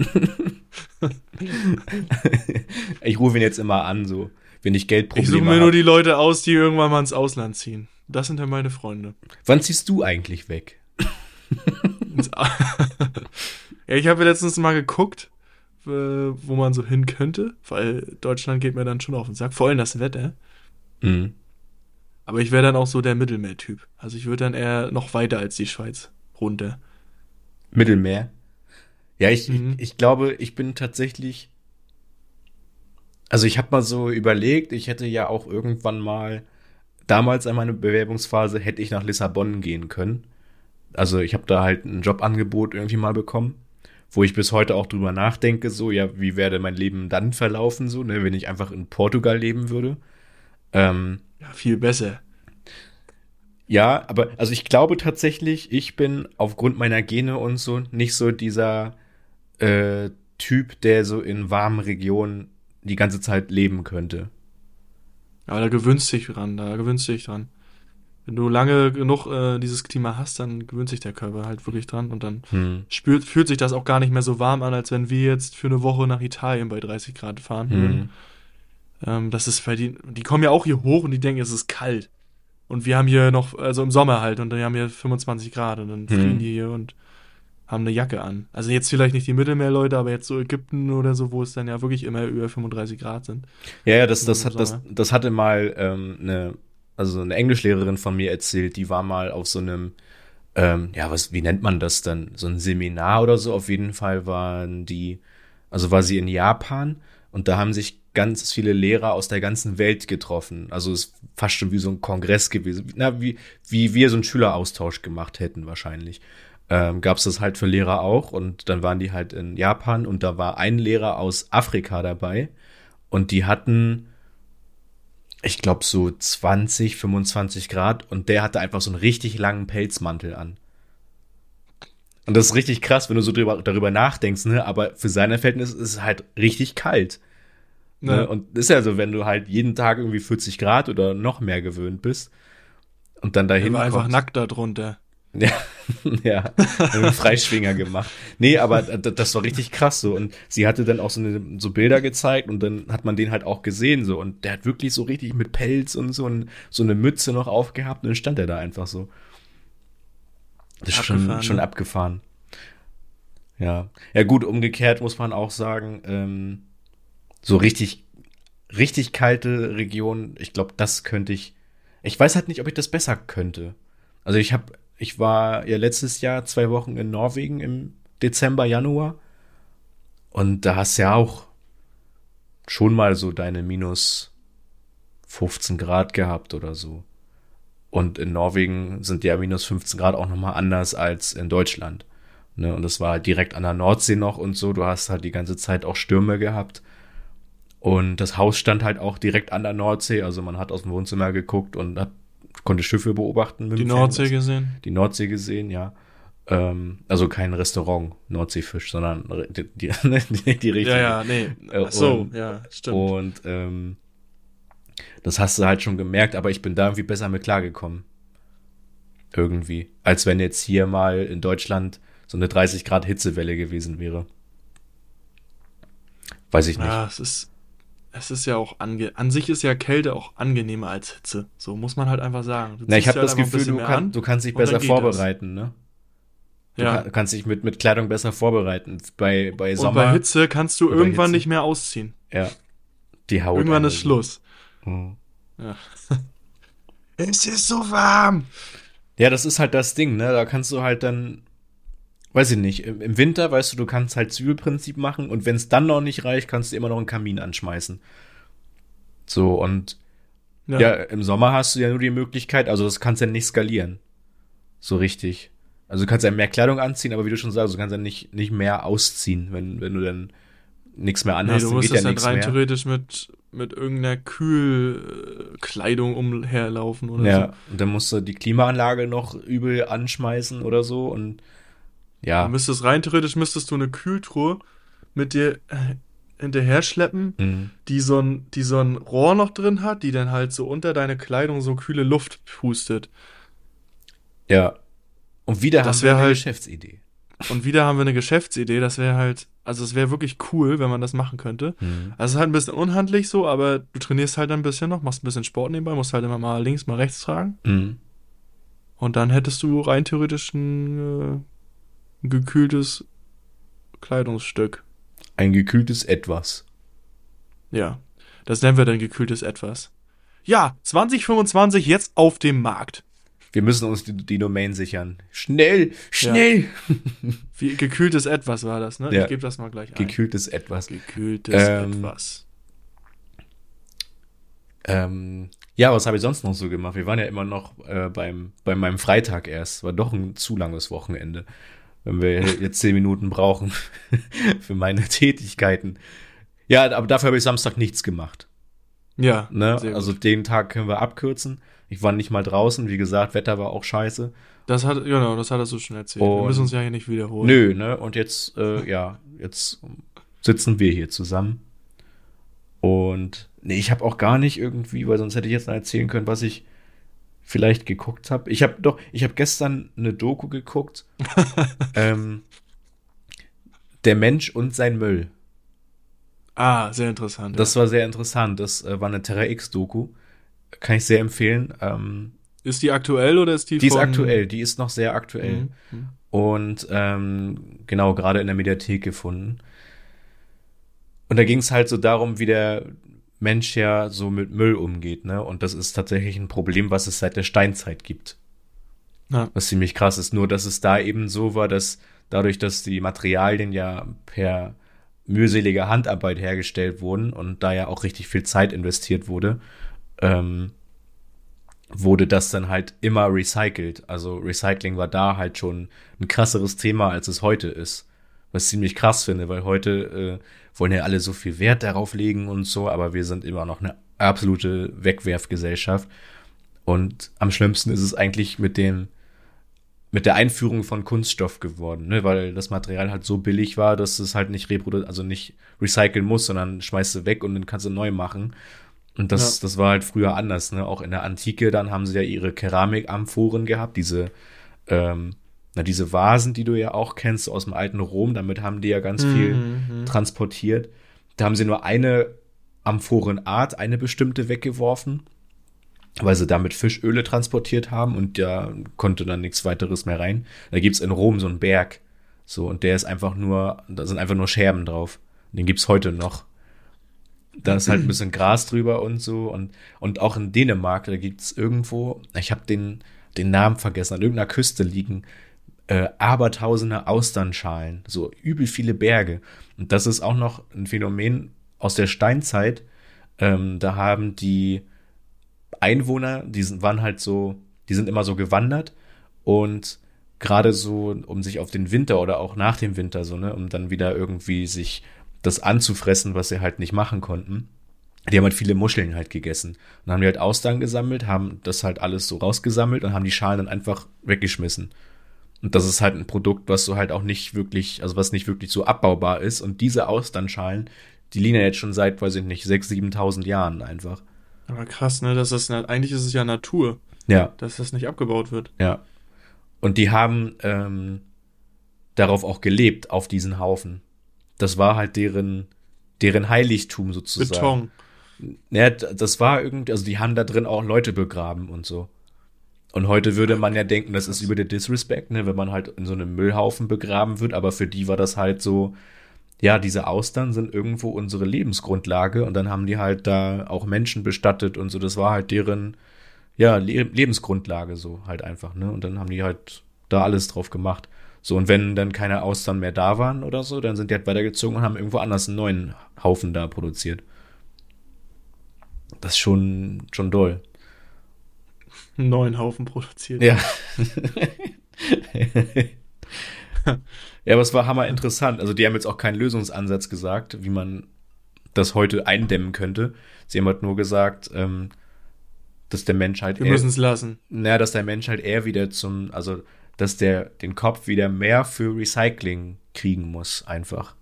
Ich rufe ihn jetzt immer an, so, wenn ich Ich Geldprobleme suche mir habe. nur die Leute aus, die irgendwann mal ins Ausland ziehen. Das sind ja meine Freunde. Wann ziehst du eigentlich weg? Ins A- ja, ich habe letztens mal geguckt, äh, wo man so hin könnte, weil Deutschland geht mir dann schon auf den Sack, vor allem das Wetter. Mhm. Aber ich wäre dann auch so der Mittelmeertyp. Also ich würde dann eher noch weiter als die Schweiz runter. Mittelmeer. Ja, ich, Mhm. ich, ich glaube, ich bin tatsächlich. Also ich habe mal so überlegt, ich hätte ja auch irgendwann mal, damals in meiner Bewerbungsphase, hätte ich nach Lissabon gehen können. Also ich habe da halt ein Jobangebot irgendwie mal bekommen, wo ich bis heute auch drüber nachdenke, so, ja, wie werde mein Leben dann verlaufen, so, ne, wenn ich einfach in Portugal leben würde. Ähm, Ja, viel besser. Ja, aber also ich glaube tatsächlich, ich bin aufgrund meiner Gene und so nicht so dieser äh, Typ, der so in warmen Regionen die ganze Zeit leben könnte. Aber da gewöhnst dich dran, da gewöhnst dich dran. Wenn du lange genug äh, dieses Klima hast, dann gewöhnt sich der Körper halt wirklich dran und dann Hm. spürt, fühlt sich das auch gar nicht mehr so warm an, als wenn wir jetzt für eine Woche nach Italien bei dreißig Grad fahren würden. Hm. Ähm, das ist, weil die, die kommen ja auch hier hoch und die denken, es ist kalt. Und wir haben hier noch, also im Sommer halt, und dann haben wir fünfundzwanzig Grad und dann frieren Hm. die hier und haben eine Jacke an. Also jetzt vielleicht nicht die Mittelmeerleute, aber jetzt so Ägypten oder so, wo es dann ja wirklich immer über fünfunddreißig Grad sind. Ja, ja, das, das, Im hat, das, Sommer. das hatte mal ähm, eine, also eine Englischlehrerin von mir erzählt, die war mal auf so einem, ähm, ja, was, wie nennt man das dann? So ein Seminar oder so. Auf jeden Fall waren die, also war sie in Japan und da haben sich ganz viele Lehrer aus der ganzen Welt getroffen. Also es ist fast schon wie so ein Kongress gewesen. Na, wie, wie wir so einen Schüleraustausch gemacht hätten wahrscheinlich. Ähm, gab es das halt für Lehrer auch und dann waren die halt in Japan und da war ein Lehrer aus Afrika dabei und die hatten, ich glaube, so zwanzig, fünfundzwanzig Grad und der hatte einfach so einen richtig langen Pelzmantel an. Und das ist richtig krass, wenn du so drüber, darüber nachdenkst, ne? Aber für seine Verhältnisse ist es halt richtig kalt. Ne? Ja. Und ist ja so, wenn du halt jeden Tag irgendwie vierzig Grad oder noch mehr gewöhnt bist und dann Der dahin war einfach kommst. nackt da drunter. Ja, ja, einen Freischwinger gemacht. Nee, aber d- das war richtig krass so. Und sie hatte dann auch so, eine, so Bilder gezeigt und dann hat man den halt auch gesehen so. Und der hat wirklich so richtig mit Pelz und so, ein, so eine Mütze noch aufgehabt und dann stand er da einfach so. Das ist schon, Abgefahren, schon ne? abgefahren. Ja. Ja gut, umgekehrt muss man auch sagen, ähm, so richtig, richtig kalte Regionen, ich glaube, das könnte ich, ich weiß halt nicht, ob ich das besser könnte. Also ich habe, ich war ja letztes Jahr zwei Wochen in Norwegen im Dezember, Januar und da hast du ja auch schon mal so deine minus fünfzehn Grad gehabt oder so. Und in Norwegen sind ja minus fünfzehn Grad auch nochmal anders als in Deutschland. Ne? Und das war halt direkt an der Nordsee noch und so. Du hast halt die ganze Zeit auch Stürme gehabt. Und das Haus stand halt auch direkt an der Nordsee. Also man hat aus dem Wohnzimmer geguckt und hat, konnte Schiffe beobachten. Mit Die dem Nordsee Fernrohr. gesehen. Die Nordsee gesehen, ja. Ähm, also kein Restaurant, Nordseefisch, sondern die, die, die, die richtige. Ja, ja, nee. Äh, Ach so, und- ja, stimmt. Und ähm, das hast du halt schon gemerkt, aber ich bin da irgendwie besser mit klargekommen. Irgendwie. Als wenn jetzt hier mal in Deutschland so eine dreißig Grad Hitzewelle gewesen wäre. Weiß ich nicht. Ja, es ist, es ist ja auch ange an sich ist ja Kälte auch angenehmer als Hitze. So muss man halt einfach sagen. Du Na, ich ziehst habe halt das einfach ein Gefühl, bisschen du, mehr kann, an du kannst dich und dann besser geht vorbereiten, ne? Du Ja. kann, kannst dich mit, mit Kleidung besser vorbereiten. Bei, bei Und Sommer. bei Hitze kannst du Oder irgendwann Hitze. nicht mehr ausziehen. Ja. Die Haut. Irgendwann an ist oder so. Schluss. Mhm. Ja. Es ist so warm. Ja, das ist halt das Ding, ne? Da kannst du halt dann, weiß ich nicht, im, im Winter, weißt du, du kannst halt Zwiebelprinzip machen und wenn es dann noch nicht reicht, kannst du immer noch einen Kamin anschmeißen. So, und Ja. ja, im Sommer hast du ja nur die Möglichkeit, also das kannst du ja nicht skalieren. So richtig. Also du kannst ja mehr Kleidung anziehen, aber wie du schon sagst, du kannst ja nicht, nicht mehr ausziehen, wenn, wenn du dann nichts mehr Nee, anhast, du dann musst geht das ja dann nichts rein mehr. theoretisch mit, mit irgendeiner Kühlkleidung umherlaufen oder Ja, und dann musst du die Klimaanlage noch übel anschmeißen oder so und so. ja. Du müsstest rein theoretisch müsstest du eine Kühltruhe mit dir äh, hinterher schleppen, Mhm. die so ein, die so ein Rohr noch drin hat, die dann halt so unter deine Kleidung so kühle Luft pustet. Ja. Und wieder Das haben wir wär eine halt- Geschäftsidee. Und wieder haben wir eine Geschäftsidee, das wäre halt, also es wäre wirklich cool, wenn man das machen könnte. Mhm. Also es ist halt ein bisschen unhandlich so, aber du trainierst halt ein bisschen noch, machst ein bisschen Sport nebenbei, musst halt immer mal links, mal rechts tragen. Mhm. Und dann hättest du rein theoretisch ein, äh, ein gekühltes Kleidungsstück. Ein gekühltes Etwas. Ja, das nennen wir dann gekühltes Etwas. Ja, zwanzig fünfundzwanzig jetzt auf dem Markt. Wir müssen uns die, die Domain sichern. Schnell, schnell. Wie gekühltes Etwas war das, ne? Ja. Ich gebe das mal gleich ein. Gekühltes Etwas. Gekühltes Ähm, Etwas. Ähm, ja, was habe ich sonst noch so gemacht? Wir waren ja immer noch äh, beim, bei meinem Freitag erst. War doch ein zu langes Wochenende. Wenn wir jetzt zehn Minuten brauchen für meine Tätigkeiten. Ja, aber dafür habe ich Samstag nichts gemacht. Ja, Ne? sehr gut. Also den Tag können wir abkürzen. Ich war nicht mal draußen. Wie gesagt, Wetter war auch scheiße. Das hat, genau, das hattest du schon erzählt. wir Und- müssen uns ja hier nicht wiederholen. Nö, ne? Und jetzt, äh, ja, jetzt sitzen wir hier zusammen. Und nee, ich habe auch gar nicht irgendwie, weil sonst hätte ich jetzt noch erzählen können, was ich vielleicht geguckt habt. Ich habe doch, ich habe gestern eine Doku geguckt. ähm, Der Mensch und sein Müll. Ah, sehr interessant. Das ja. war sehr interessant. Das äh, war eine Terra X-Doku. Kann ich sehr empfehlen. Ähm, Ist die aktuell oder ist die die von... ist aktuell, die ist noch sehr aktuell. Mhm. Und ähm, genau, gerade in der Mediathek gefunden. Und da ging es halt so darum, wie der Mensch ja so mit Müll umgeht, ne? Und das ist tatsächlich ein Problem, was es seit der Steinzeit gibt. Ja. Was ziemlich krass ist. Nur, dass es da eben so war, dass dadurch, dass die Materialien ja per mühseliger Handarbeit hergestellt wurden und da ja auch richtig viel Zeit investiert wurde, ähm, wurde das dann halt immer recycelt. Also Recycling war da halt schon ein krasseres Thema, als es heute ist. Was ich ziemlich krass finde, weil heute äh, wollen ja alle so viel Wert darauf legen und so, aber wir sind immer noch eine absolute Wegwerfgesellschaft. Und am schlimmsten ist es eigentlich mit dem mit der Einführung von Kunststoff geworden, ne, weil das Material halt so billig war, dass es halt nicht reprodu- also nicht recyceln muss, sondern schmeißt du weg und dann kannst du neu machen. Und das, ja. das war halt früher anders, ne? Auch in der Antike, dann haben sie ja ihre Keramicamphoren gehabt, diese, ähm, na, diese Vasen, die du ja auch kennst aus dem alten Rom, damit haben die ja ganz mhm, viel mhm. transportiert. Da haben sie nur eine Amphorenart, eine bestimmte weggeworfen, weil sie damit Fischöle transportiert haben und da konnte dann nichts weiteres mehr rein. Da gibt's in Rom so einen Berg, so, und der ist einfach nur, da sind einfach nur Scherben drauf. Den gibt's heute noch. Da ist halt ein bisschen Gras drüber und so. Und, und auch in Dänemark, da gibt's irgendwo, ich habe den, den Namen vergessen, an irgendeiner Küste liegen äh, abertausende Austernschalen, so übel viele Berge. Und das ist auch noch ein Phänomen aus der Steinzeit. Ähm, da haben die Einwohner, die sind, waren halt so, die sind immer so gewandert und gerade so, um sich auf den Winter oder auch nach dem Winter so, ne, um dann wieder irgendwie sich das anzufressen, was sie halt nicht machen konnten. Die haben halt viele Muscheln halt gegessen. Und dann haben die halt Austern gesammelt, haben das halt alles so rausgesammelt und haben die Schalen dann einfach weggeschmissen. Und das ist halt ein Produkt, was so halt auch nicht wirklich, also was nicht wirklich so abbaubar ist. Und diese Austernschalen, die liegen ja jetzt schon seit, weiß ich nicht, sechstausend, siebentausend Jahren einfach. Aber krass, ne, das ist, eigentlich ist es ja Natur, Ja, dass das nicht abgebaut wird. ja. Und die haben ähm, darauf auch gelebt, auf diesen Haufen. Das war halt deren, deren Heiligtum sozusagen. Beton. Ja, das war irgendwie, also die haben da drin auch Leute begraben und so. Und heute würde man ja denken, das ist über der Disrespect, ne, wenn man halt in so einem Müllhaufen begraben wird, aber für die war das halt so, ja, diese Austern sind irgendwo unsere Lebensgrundlage und dann haben die halt da auch Menschen bestattet und so, das war halt deren, ja, Le- Lebensgrundlage so halt einfach, ne, und dann haben die halt da alles drauf gemacht. So, und wenn dann keine Austern mehr da waren oder so, dann sind die halt weitergezogen und haben irgendwo anders einen neuen Haufen da produziert. Das ist schon, schon doll. Einen neuen Haufen produziert. Ja. Ja, aber es war hammer interessant. Also die haben jetzt auch keinen Lösungsansatz gesagt, wie man das heute eindämmen könnte. Sie haben halt nur gesagt, ähm, dass der Mensch halt Wir müssen es lassen. Naja, dass der Mensch halt eher wieder zum, also dass der den Kopf wieder mehr für Recycling kriegen muss, einfach.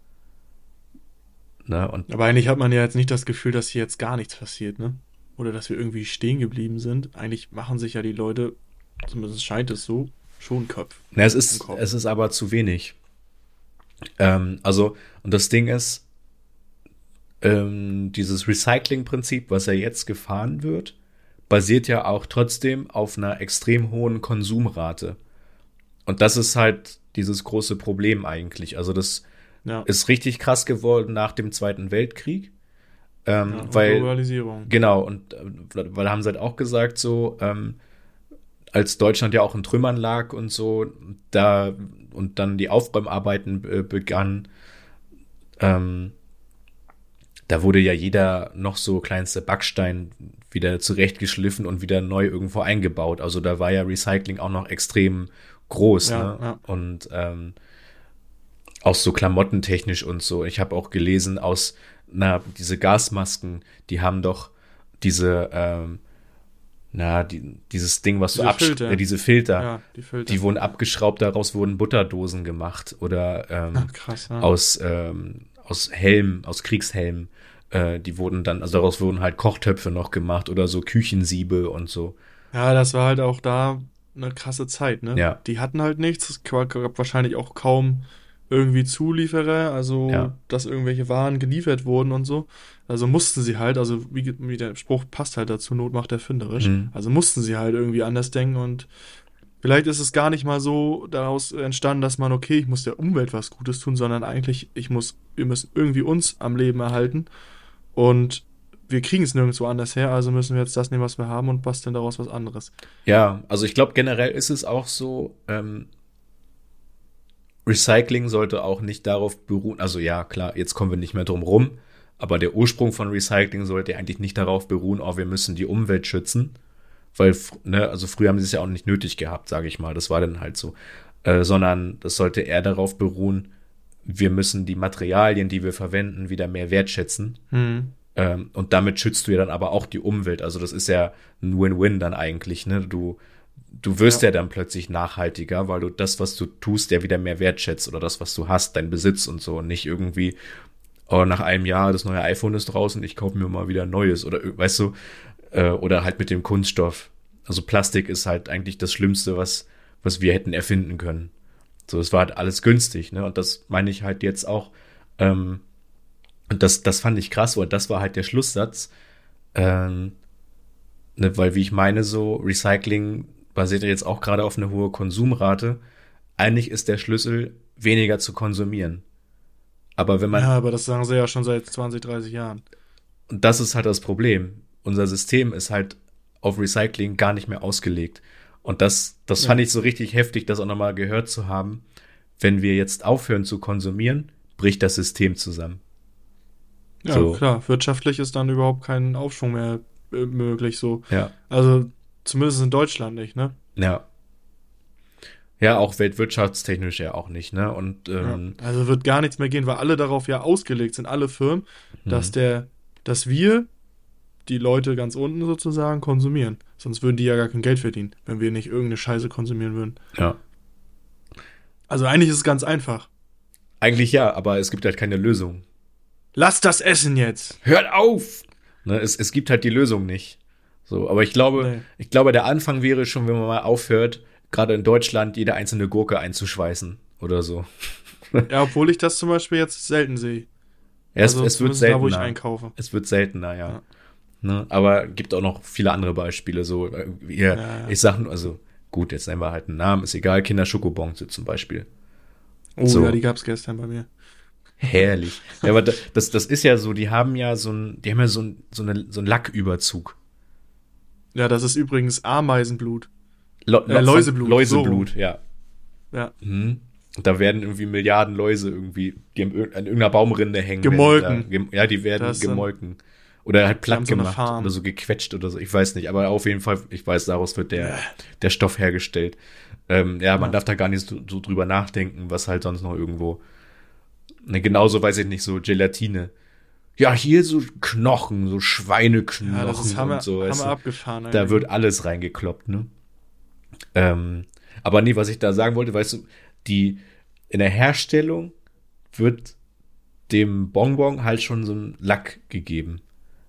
Ne? Und Aber eigentlich hat man ja jetzt nicht das Gefühl, dass hier jetzt gar nichts passiert, ne? Oder dass wir irgendwie stehen geblieben sind. Eigentlich machen sich ja die Leute, zumindest scheint es so, schon Kopf. na, es ist, im Kopf. es ist aber zu wenig. Ähm, also, und das Ding ist, ähm, dieses Recycling-Prinzip, was ja jetzt gefahren wird, basiert ja auch trotzdem auf einer extrem hohen Konsumrate. Und das ist halt dieses große Problem eigentlich. Also das Ja. ist richtig krass geworden nach dem Zweiten Weltkrieg. Ähm, Ja, und weil, Globalisierung. genau, und äh, weil haben sie halt auch gesagt, so, ähm, als Deutschland ja auch in Trümmern lag und so, da und dann die Aufräumarbeiten äh, begannen, ähm, da wurde ja jeder noch so kleinste Backstein wieder zurechtgeschliffen und wieder neu irgendwo eingebaut. Also da war ja Recycling auch noch extrem groß, Ja, ne? ja. Und ähm, auch so klamottentechnisch und so. Ich habe auch gelesen aus, na, diese Gasmasken, die haben doch diese, ähm, na, die, dieses Ding, was Diese du absch- Filter. äh, diese Filter, Ja, die Filter. die wurden abgeschraubt, daraus wurden Butterdosen gemacht oder ähm, Ach, krass, ja. aus, ähm, aus Helmen, aus Kriegshelmen. Äh, die wurden dann, also daraus wurden halt Kochtöpfe noch gemacht oder so Küchensiebe und so. Ja, das war halt auch da eine krasse Zeit, ne? Ja. Die hatten halt nichts, es gab wahrscheinlich auch kaum irgendwie Zulieferer, also Ja. dass irgendwelche Waren geliefert wurden und so. Also mussten sie halt, also wie, wie der Spruch passt halt dazu, Not macht erfinderisch. Mhm. Also mussten sie halt irgendwie anders denken und vielleicht ist es gar nicht mal so daraus entstanden, dass man, okay, ich muss der Umwelt was Gutes tun, sondern eigentlich, ich muss, wir müssen irgendwie uns am Leben erhalten und wir kriegen es nirgendwo anders her, also müssen wir jetzt das nehmen, was wir haben und basteln daraus was anderes. Ja, also ich glaube, generell ist es auch so, ähm, Recycling sollte auch nicht darauf beruhen, also ja, klar, jetzt kommen wir nicht mehr drum rum, aber der Ursprung von Recycling sollte eigentlich nicht darauf beruhen, oh, wir müssen die Umwelt schützen, weil, ne, also früher haben sie es ja auch nicht nötig gehabt, sage ich mal, das war dann halt so, äh, sondern das sollte eher darauf beruhen, wir müssen die Materialien, die wir verwenden, wieder mehr wertschätzen. Hm. Ähm, und damit schützt du ja dann aber auch die Umwelt. Also das ist ja ein Win-Win dann eigentlich, ne? Du, du wirst ja. ja dann plötzlich nachhaltiger, weil du das, was du tust, ja wieder mehr wertschätzt oder das, was du hast, dein Besitz und so und nicht irgendwie, oh, nach einem Jahr, das neue iPhone ist draußen, ich kaufe mir mal wieder ein neues oder, weißt du, äh, oder halt mit dem Kunststoff. Also Plastik ist halt eigentlich das Schlimmste, was, was wir hätten erfinden können. So, es war halt alles günstig, ne? Und das meine ich halt jetzt auch, ähm, und das, das fand ich krass, weil das war halt der Schlusssatz, ähm, ne, weil wie ich meine, so Recycling basiert ja jetzt auch gerade auf eine hohe Konsumrate. Eigentlich ist der Schlüssel, weniger zu konsumieren. Aber wenn man, Ja, aber das sagen sie ja schon seit zwanzig, dreißig Jahren. und das ist halt das Problem, unser System ist halt auf Recycling gar nicht mehr ausgelegt. Und das, das Ja. fand ich so richtig heftig, das auch nochmal gehört zu haben. Wenn wir jetzt aufhören zu konsumieren, bricht das System zusammen. Ja, So. klar, wirtschaftlich ist dann überhaupt kein Aufschwung mehr äh, möglich, so. Ja. Also, zumindest in Deutschland nicht, ne? Ja. Ja, auch weltwirtschaftstechnisch ja auch nicht, ne? Und ähm, Ja. Also wird gar nichts mehr gehen, weil alle darauf ja ausgelegt sind, alle Firmen, dass Mhm. der, dass wir, die Leute ganz unten sozusagen, konsumieren. Sonst würden die ja gar kein Geld verdienen, wenn wir nicht irgendeine Scheiße konsumieren würden. ja. Also eigentlich ist es ganz einfach. Eigentlich ja, aber es gibt halt keine Lösung. Lass das essen jetzt! Hört auf! Ne, es, es gibt halt die Lösung nicht. So, aber ich glaube, Nee. ich glaube, der Anfang wäre schon, wenn man mal aufhört, gerade in Deutschland jede einzelne Gurke einzuschweißen oder so. Ja, obwohl ich das zum Beispiel jetzt selten sehe. Ja, es, Also es wird zumindest da, wo ich seltener. einkaufe. Es wird seltener, ja. Ja. Ne, aber gibt auch noch viele andere Beispiele. So, äh, hier, Ja, ja. ich sag nur, also gut, jetzt nennen wir halt einen Namen, ist egal, Kinder-Schokobons zum Beispiel. Oh So. ja, die gab's gestern bei mir. Herrlich. Ja, aber da- das, das ist ja so, die haben ja so ein, die haben ja so ein, so eine, so ein Lacküberzug. Ja, das ist übrigens Ameisenblut. Lo- Äh, Läuseblut, Läuseblut, ja. Ja. Mhm. Und da werden irgendwie Milliarden Läuse irgendwie, die am ir- an irgendeiner Baumrinde hängen. Gemolken. werden Da, gem, ja, die werden Das sind- gemolken. Oder halt Die platt haben so eine gemacht Farm. oder so gequetscht oder so. Ich weiß nicht, aber auf jeden Fall, ich weiß, daraus wird der, der Stoff hergestellt. Ähm, ja, man Ja. darf da gar nicht so, so drüber nachdenken, was halt sonst noch irgendwo. Ne, genauso weiß ich nicht, so Gelatine. Ja, hier so Knochen, so Schweineknochen Ja, das ist Hammer, und so. Hammer weißt du. abgefahren. Da eigentlich. wird alles reingekloppt, ne? Ähm, aber nee, was ich da sagen wollte, weißt du, die in der Herstellung wird dem Bonbon halt schon so ein Lack gegeben,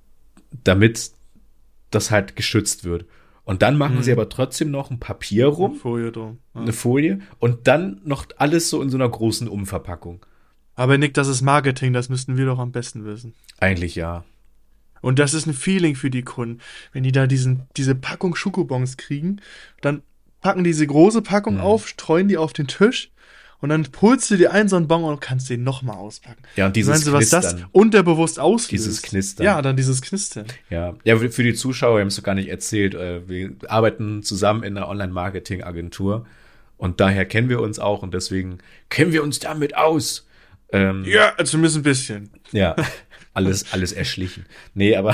damit das halt geschützt wird. Und dann machen Mhm. sie aber trotzdem noch ein Papier rum, Folie drum. Ja. eine Folie und dann noch alles so in so einer großen Umverpackung. Aber Nick, das ist Marketing, das müssten wir doch am besten wissen. Eigentlich ja. Und das ist ein Feeling für die Kunden. Wenn die da diesen, diese Packung Schokobons kriegen, dann packen diese große Packung Mhm. auf, streuen die auf den Tisch und dann holst du dir einen so einen Bon und kannst den nochmal auspacken. Ja, und dieses Meinst du, was das Knistern. unterbewusst auslöst? Dieses Knistern. Ja, dann dieses Knistern. Ja, ja, für die Zuschauer, wir haben es doch gar nicht erzählt, äh, wir arbeiten zusammen in einer Online-Marketing-Agentur und daher kennen wir uns auch und deswegen kennen wir uns damit aus. Ähm, Ja, zumindest ein bisschen. Ja, alles, alles erschlichen. Nee, aber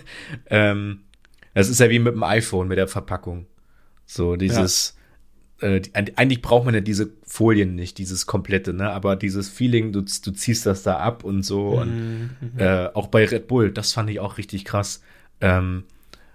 ähm, das ist ja wie mit dem iPhone, mit der Verpackung. So dieses, äh, die, eigentlich braucht man ja diese Folien nicht, dieses komplette, ne? Aber dieses Feeling, du, du ziehst das da ab und so. Und äh, auch bei Red Bull, das fand ich auch richtig krass. Ähm,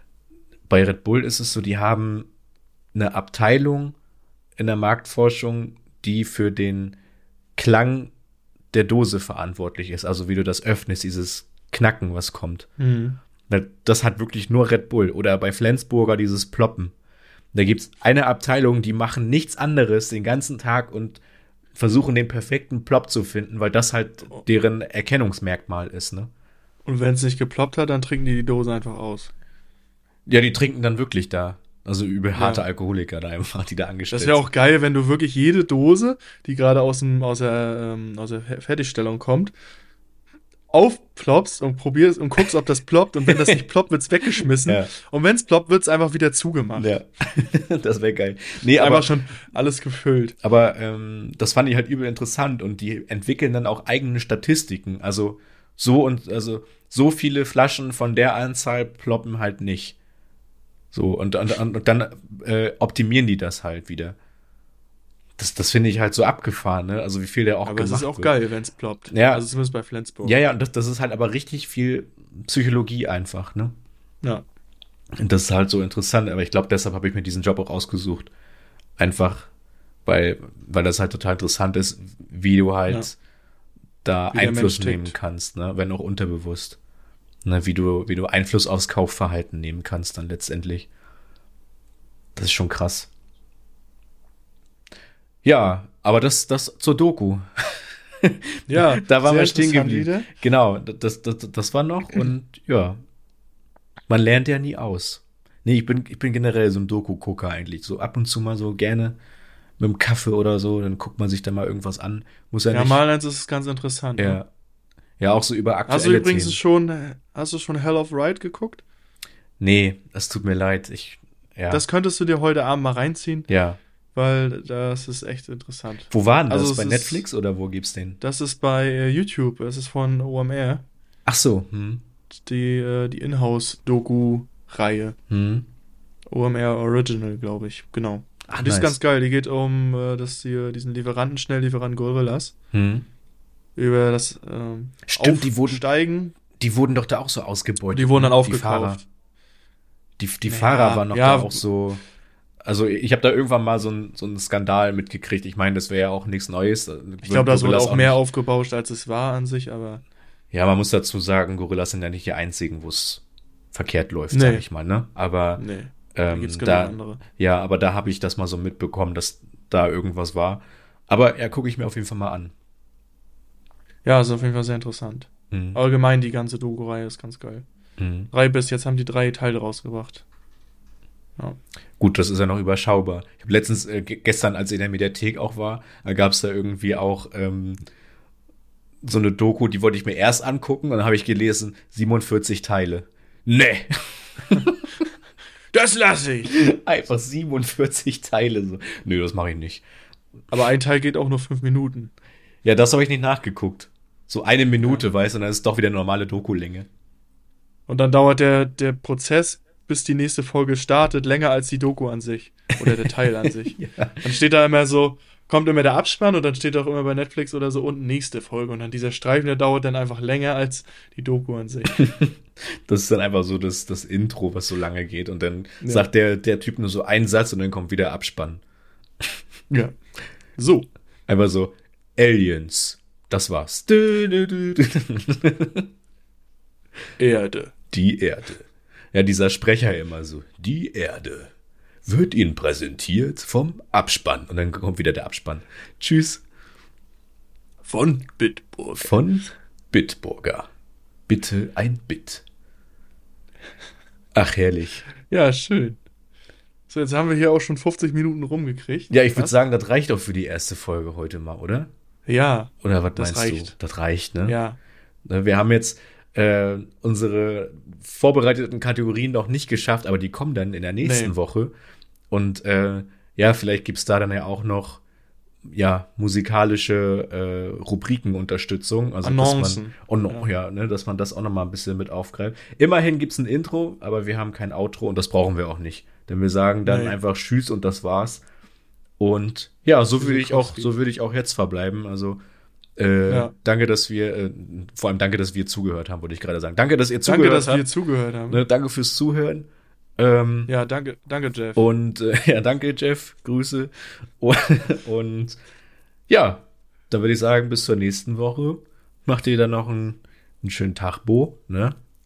bei Red Bull ist es so, die haben eine Abteilung in der Marktforschung, die für den Klang der Dose verantwortlich ist. Also wie du das öffnest, dieses Knacken, was kommt. Mhm. Das hat wirklich nur Red Bull. Oder bei Flensburger dieses Ploppen. Da gibt's eine Abteilung, die machen nichts anderes den ganzen Tag und versuchen den perfekten Plop zu finden, weil das halt deren Erkennungsmerkmal ist, ne? Und wenn es nicht geploppt hat, dann trinken die die Dose einfach aus. Ja, die trinken dann wirklich da. Also über harte Ja. Alkoholiker da einfach, die da angestellt Das wäre auch geil, wenn du wirklich jede Dose, die gerade aus, dem, aus, der, ähm, aus der Fer- Fertigstellung kommt, aufploppst und probierst und guckst, ob das ploppt. Und wenn das nicht ploppt, wird's weggeschmissen. Ja. Und wenn es ploppt, wird's einfach wieder zugemacht. Ja, das wäre geil. Nee, aber, Einfach schon alles gefüllt. aber ähm, das fand ich halt übel interessant und die entwickeln dann auch eigene Statistiken. Also so und also so viele Flaschen von der Anzahl ploppen halt nicht. So, und, und, und dann äh, optimieren die das halt wieder. Das, das finde ich halt so abgefahren, ne? Also wie viel der auch Aber es gemacht ist auch wird. geil, wenn es ploppt. Ja. Also zumindest bei Flensburg. Ja, ja, und das, das ist halt aber richtig viel Psychologie einfach, ne? Ja. Und das ist halt so interessant, aber ich glaube, deshalb habe ich mir diesen Job auch ausgesucht. Einfach, weil, weil das halt total interessant ist, wie du halt Ja. da Wie der Einfluss Mensch tickt. nehmen kannst, ne? Wenn auch unterbewusst. Ne? Wie du, wie du Einfluss aufs Kaufverhalten nehmen kannst dann letztendlich. Das ist schon krass. Ja, aber das, das zur Doku. Ja, Da waren sehr wir stehen interessant geblieben. wieder. Genau, das, das, das war noch und ja, man lernt ja nie aus. Nee, ich bin, ich bin generell so ein Doku-Gucker eigentlich. So ab und zu mal so gerne mit dem Kaffee oder so, dann guckt man sich da mal irgendwas an. Muss ja, Ja, nicht. mal eins ist es ganz interessant. Ne? Ja. Ja, auch so über aktuelle Hast du übrigens Themen. schon, hast du schon Hell of Ride geguckt? Nee, das tut mir leid. Ich, ja. Das könntest du dir heute Abend mal reinziehen, ja. weil das ist echt interessant. Wo war denn das? Also es Bei ist- Netflix oder wo gibt's den? Das ist bei äh, YouTube, das ist von O M R, Ach so, hm. die, äh, die Inhouse-Doku-Reihe. Hm. O M R Original, glaube ich, genau. Ach, Und die ist nice. ganz geil, die geht um äh, das hier, diesen Lieferanten, Schnelllieferanten Gorillas. Hm. Über das ähm, Stimmt, die wurden- Aufsteigen. Die wurden doch da auch so ausgebeutet. Die wurden dann ne? Die Fahrer. aufgekauft. Die, die Ja, Fahrer waren noch ja. da auch so. Also ich habe da irgendwann mal so einen so einen Skandal mitgekriegt. Ich meine, das wäre ja auch nichts Neues. Ich glaube, das wurde Gorillas auch mehr nicht. aufgebauscht, als es war an sich, aber Ja, man muss dazu sagen, Gorillas sind ja nicht die einzigen, wo es verkehrt läuft, Nee. sag ich mal, ne? Aber nee, da ähm, gibt's genug da, andere. ja, aber da habe ich das mal so mitbekommen, dass da irgendwas war. Aber ja, gucke ich mir auf jeden Fall mal an. Ja, ist auf jeden Fall sehr interessant. Mhm. Allgemein, die ganze Doku-Reihe ist ganz geil. Mhm. Drei bis jetzt haben die drei Teile rausgebracht. Ja. Gut, das ist ja noch überschaubar. Ich habe letztens, äh, ge- gestern, als ich in der Mediathek auch war, da gab es da irgendwie auch ähm, so eine Doku, die wollte ich mir erst angucken und dann habe ich gelesen, siebenundvierzig Teile. Nee, Das lasse ich! einfach siebenundvierzig Teile. So. Nö, das mache ich nicht. Aber ein Teil geht auch nur fünf Minuten. Ja, das habe ich nicht nachgeguckt. So eine Minute, weißt du, und dann ist es doch wieder normale Doku-Länge. Und dann dauert der, der Prozess, bis die nächste Folge startet, länger als die Doku an sich. Oder der Teil an sich. Ja. Dann steht da immer so, kommt immer der Abspann und dann steht auch immer bei Netflix oder so unten nächste Folge. Und dann dieser Streifen, der dauert dann einfach länger als die Doku an sich. Das ist dann einfach so das, das Intro, was so lange geht und dann Ja. sagt der, der Typ nur so einen Satz und dann kommt wieder Abspann. Ja. So. Einfach so, Aliens. Das war's. Dü, dü, dü, dü. Erde. Die Erde. Ja, dieser Sprecher immer so. Die Erde wird Ihnen präsentiert vom Abspann. Und dann kommt wieder der Abspann. Tschüss. Von Bitburg. Von Bitburger. Bitte ein Bit. Ach, herrlich. Ja, schön. So, jetzt haben wir hier auch schon fünfzig Minuten rumgekriegt. Ja, ich würde Was? sagen, das reicht auch für die erste Folge heute mal, oder? Ja, Oder was Das meinst reicht. du? Das reicht, ne? ja. Ne, wir haben jetzt äh, unsere vorbereiteten Kategorien noch nicht geschafft, aber die kommen dann in der nächsten Nee. Woche. Und äh, ja, vielleicht gibt's da dann ja auch noch ja musikalische äh, Rubrikenunterstützung. Also Annoncen. dass man, und noch, ja, ne, dass man das auch noch mal ein bisschen mit aufgreift. Immerhin gibt's ein Intro, aber wir haben kein Outro und das brauchen wir auch nicht. Denn wir sagen dann Nee. einfach Tschüss und das war's. Und ja, so würde ich auch, Kowski. so würde ich auch jetzt verbleiben. Also Äh, Ja. Danke, dass wir, äh, vor allem danke, dass wir zugehört haben, wollte ich gerade sagen. Danke, dass ihr Danke, zugehört dass wir habt. zugehört haben. Ne, danke fürs Zuhören. Ähm, Ja, danke, danke, Jeff. Und äh, ja, danke, Jeff. Grüße. Und, und ja, dann würde ich sagen, bis zur nächsten Woche. Macht ihr dann noch einen, einen schönen Tag, Bo, ne?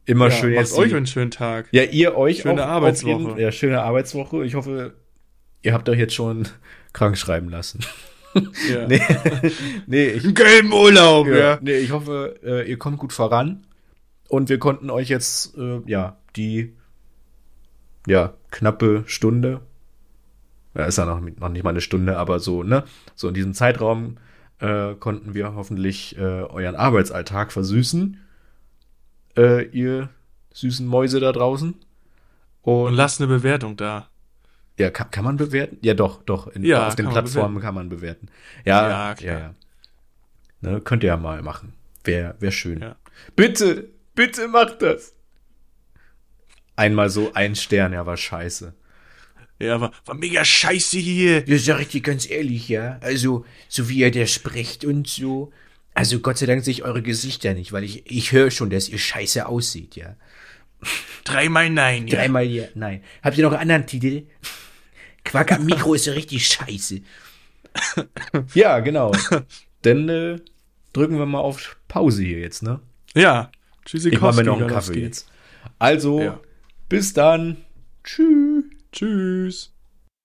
Immer Ja, schön macht jetzt. euch die- einen schönen Tag. Ja, ihr euch Schöne auch. Arbeitswoche. Auf jeden, ja, schöne Arbeitswoche. Ich hoffe, ihr habt euch jetzt schon krank schreiben lassen. Ja. nee, nee, ich, Einen gelben Urlaub, ja, ja. nee, ich hoffe, äh, ihr kommt gut voran. Und wir konnten euch jetzt, äh, ja, die, ja, knappe Stunde, ja, ist ja noch, noch nicht mal eine Stunde, aber so, ne, so in diesem Zeitraum äh, konnten wir hoffentlich äh, euren Arbeitsalltag versüßen. Äh, ihr süßen Mäuse da draußen. Und, Und lasst eine Bewertung da. ja, kann, kann man bewerten? Ja, doch, doch. In, Ja, auf den kann man Plattformen kann man bewerten. Ja, Ja, ja, klar. ja. Ne, könnt ihr ja mal machen. Wäre wär schön. Ja. Bitte, bitte macht das. Einmal so ein Stern, ja, war scheiße. Ja, war, war mega scheiße hier. Das sag ich dir ganz ehrlich, ja. Also, so wie ihr der spricht und so. Also, Gott sei Dank sehe ich eure Gesichter nicht, weil ich, ich höre schon, dass ihr scheiße aussieht, ja. Dreimal nein, ja. Dreimal ja, nein. Habt ihr noch einen anderen Titel? Quack am Mikro ist ja richtig scheiße. Ja, genau. Dann äh, drücken wir mal auf Pause hier jetzt, ne? Ja. Tschüssi, Ich mache mir noch einen Kaffee jetzt. Also, Ja. bis dann. Tschüss. Tschüss.